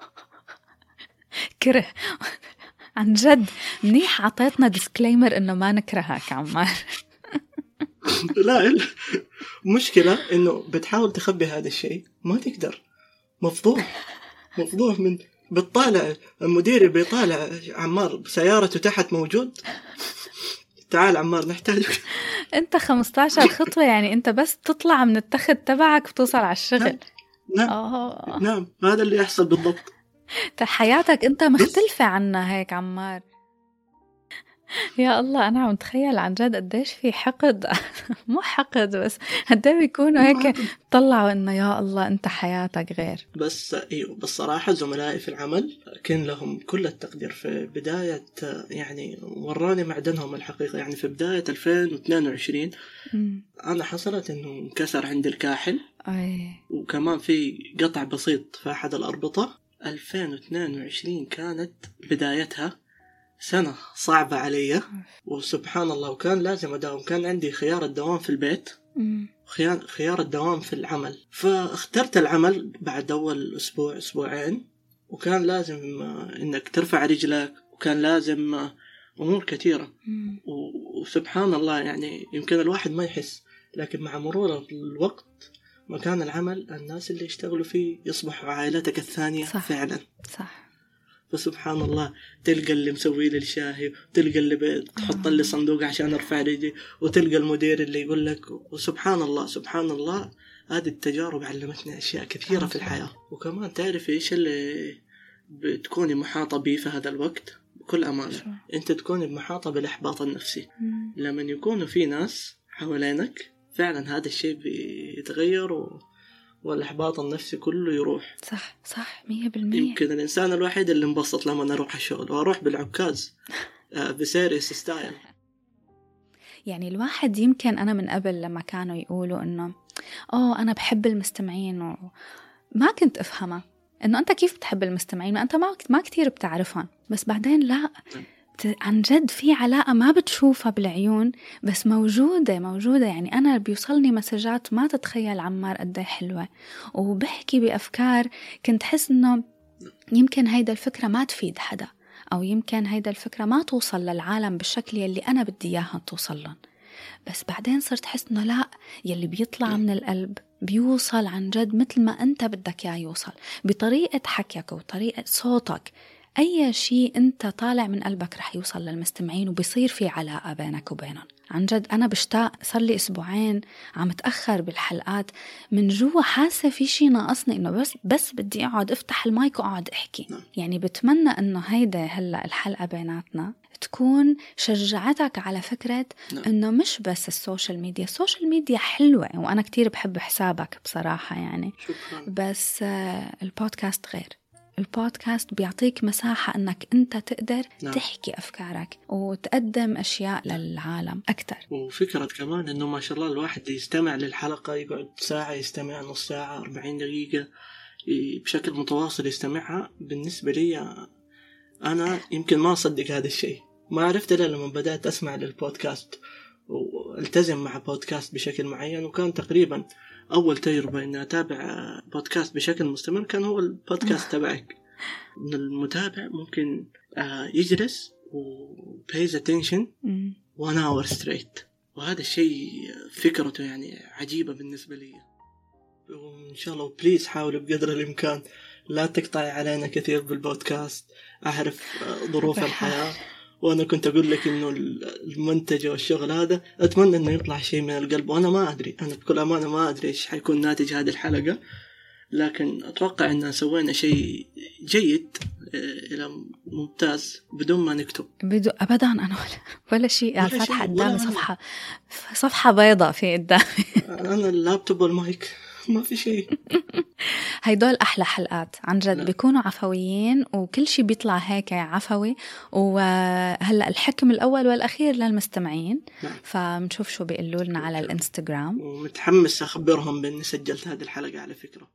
كره عن جد. منيح عطيتنا ديسكليمر إنه ما نكرهك عمار. لا مشكلة إنه بتحاول تخبي هذا الشيء ما تقدر، مفضوح مفضوح من بتطالع المدير بيطالع عمار بسيارته تحت موجود، تعال عمار نحتاجك. انت خمستاشر خطوة يعني انت بس تطلع من التخت تبعك وتوصل على الشغل. نعم أوه. نعم هذا اللي يحصل بالضبط. حياتك انت مختلفة عنا هيك عمار. يا الله أنا عم تخيل عن جد قديش في حقد مو حقد بس قديش بيكونوا هيك طلعوا إنه يا الله أنت حياتك غير. بس أيوه بالصراحة زملائي في العمل كان لهم كل التقدير في بداية، يعني وراني معدنهم الحقيقة. يعني في بداية ألفين واثنين وعشرين م. أنا حصلت إنه انكسر عندي الكاحل. أي. وكمان في قطع بسيط في أحد الأربطة. ألفين واثنين وعشرين كانت بدايتها سنة صعبة علي، وسبحان الله وكان لازم أداوم. كان عندي خيار الدوام في البيت وخيار خيار الدوام في العمل، فاخترت العمل بعد أول أسبوع أسبوعين. وكان لازم إنك ترفع رجلك، وكان لازم أمور كثيرة. وسبحان الله يعني يمكن الواحد ما يحس، لكن مع مرور الوقت مكان العمل الناس اللي يشتغلوا فيه يصبحوا عائلتك الثانية. صح. فعلا صح. فسبحان الله تلقى اللي مسوي لي الشاهي، وتلقى اللي بتحط لي صندوق عشان ارفع رجلي، وتلقى المدير اللي يقول لك. وسبحان الله سبحان الله هذه التجارب علمتني اشياء كثيره في الحياه. وكمان تعرف ايش اللي بتكوني محاطه به في هذا الوقت بكل امانه؟ انت تكوني محاطه بالاحباط النفسي. لما يكونوا في ناس حوالينك فعلا هذا الشيء بيتغير و... والإحباط النفسي كله يروح. صح صح مية بالمية. يمكن الإنسان الوحيد اللي انبسط لما أروح الشغل وأروح بالعكاز بسيريس ستايل. يعني الواحد يمكن أنا من قبل لما كانوا يقولوا إنه أوه أنا بحب المستمعين، وما كنت أفهمها إنه أنت كيف بتحب المستمعين ما أنت ما ما كتير بتعرفهم. بس بعدين لا، عن جد في علاقة ما بتشوفها بالعيون بس موجودة موجودة. يعني أنا بيوصلني مسجات ما تتخيل عمار قد ايه حلوة، وبحكي بأفكار كنت حس إنه يمكن هيدا الفكرة ما تفيد حدا، أو يمكن هيدا الفكرة ما توصل للعالم بالشكل يلي أنا بدي إياها توصل لهم. بس بعدين صرت حس إنه لا، يلي بيطلع من القلب بيوصل عن جد مثل ما أنت بدك إياه يوصل، بطريقة حكيك وطريقة صوتك. أي شيء أنت طالع من قلبك رح يوصل للمستمعين، وبيصير في علاقة بينك وبينهم. عن جد أنا بشتاق، صار لي أسبوعين عم تأخر بالحلقات من جوا، حاسة في شيء ناقصني، إنه بس بس بدي أقعد أفتح المايك وأقعد أحكي. يعني بتمنى إنه هيدا هلأ الحلقة بيناتنا تكون شجعتك على فكرة إنه مش بس السوشيال ميديا. السوشيال ميديا حلوة وأنا كتير بحب حسابك بصراحة يعني، بس البودكاست غير. البودكاست بيعطيك مساحة أنك أنت تقدر نعم. تحكي أفكارك وتقدم أشياء للعالم أكتر. وفكرة كمان أنه ما شاء الله الواحد يستمع للحلقة، يقعد ساعة يستمع، نص ساعة، أربعين دقيقة بشكل متواصل يستمعها. بالنسبة لي أنا يمكن ما أصدق هذا الشيء، ما عرفت إلا لما بدأت أسمع للبودكاست والتزم مع بودكاست بشكل معين. وكان تقريبا أول تجربة إني أتابع بودكاست بشكل مستمر كان هو البودكاست تبعك. إن المتابع ممكن يجلس و pays attention one hour straight، وهذا الشيء فكرته يعني عجيبة بالنسبة لي. وإن شاء الله بليز حاولوا بقدر الإمكان لا تقطعي علينا كثير بالبودكاست. أعرف ظروف الحياة، وأنا كنت أقول لك إنه المنتج والشغل هذا أتمنى إنه يطلع شيء من القلب، وأنا ما أدري، أنا بكل أمانة ما أدري إيش حيكون ناتج هذه الحلقة، لكن أتوقع إننا سوينا شيء جيد إلى ممتاز بدون ما نكتب. بدون أبدا أنا ولا, ولا شيء. على الفتحة قدامي صفحة صفحة بيضاء في قدامي. أنا اللابتوب والمايك ما في شيء. هيدول أحلى حلقات عن جد، بيكونوا عفويين وكل شيء بيطلع هيك عفوي. وهلأ الحكم الأول والأخير للمستمعين. نعم. فمنشوف شو بيقولوا لنا على الانستغرام، ومتحمس أخبرهم بأني سجلت هذه الحلقة على فكرة.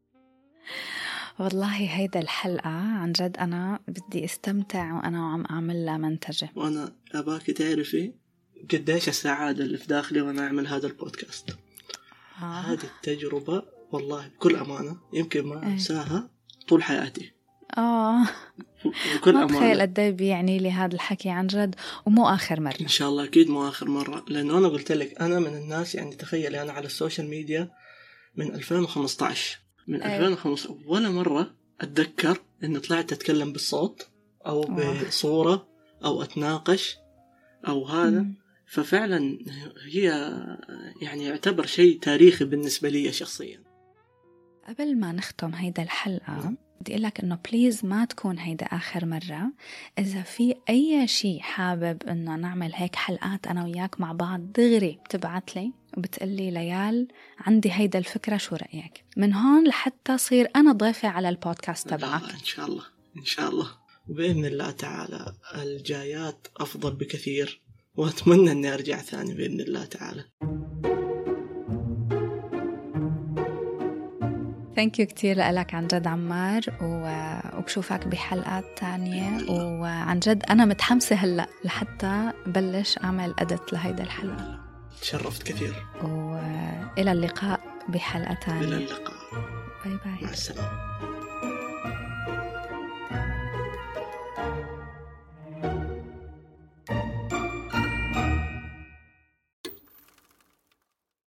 والله هيدا الحلقة عن جد أنا بدي استمتع وأنا عم أعمل لها منتجة. وأنا أباك تعرفي قديش السعادة اللي في داخلي وأنا أعمل هذا البودكاست. آه. هذه التجربة والله بكل أمانة يمكن ما أنساها طول حياتي. آه بكل ما بتخيل أمانة. قد ايه بيعني لي هذا الحكي عن جد، ومو آخر مرة إن شاء الله أكيد مو آخر مرة، لأنه أنا قلت لك أنا من الناس، يعني تخيلي أنا على السوشيال ميديا من ألفين وخمسة عشر، من أي. ألفين وخمسة عشر ولا مرة أتذكر إني طلعت أتكلم بالصوت أو بصورة أو أتناقش أو هذا. مم. ففعلا هي يعني يعتبر شيء تاريخي بالنسبة لي شخصيا. قبل ما نختم هيدا الحلقة بدي أقول لك إنه بليز ما تكون هيدا آخر مرة. إذا في أي شيء حابب إنه نعمل هيك حلقات أنا وياك مع بعض، دغري بتبعت لي وبتقلي ليال عندي هيدا الفكرة، شو رأيك؟ من هون لحتى صير أنا ضيفة على البودكاست تبعك. إن شاء الله إن شاء الله، وبإذن الله تعالى الجايات أفضل بكثير، وأتمنى أني أرجع ثاني بإذن الله تعالى. ثانك يو كتير لك عن جد عمار، وبشوفك بحلقات تانية، وعن جد أنا متحمسة هلأ لحتى بلش أعمل أدت لهيدا الحلقة. تشرفت كثير، وإلى اللقاء بحلقة تانية. إلى اللقاء، باي باي. مع السلامة.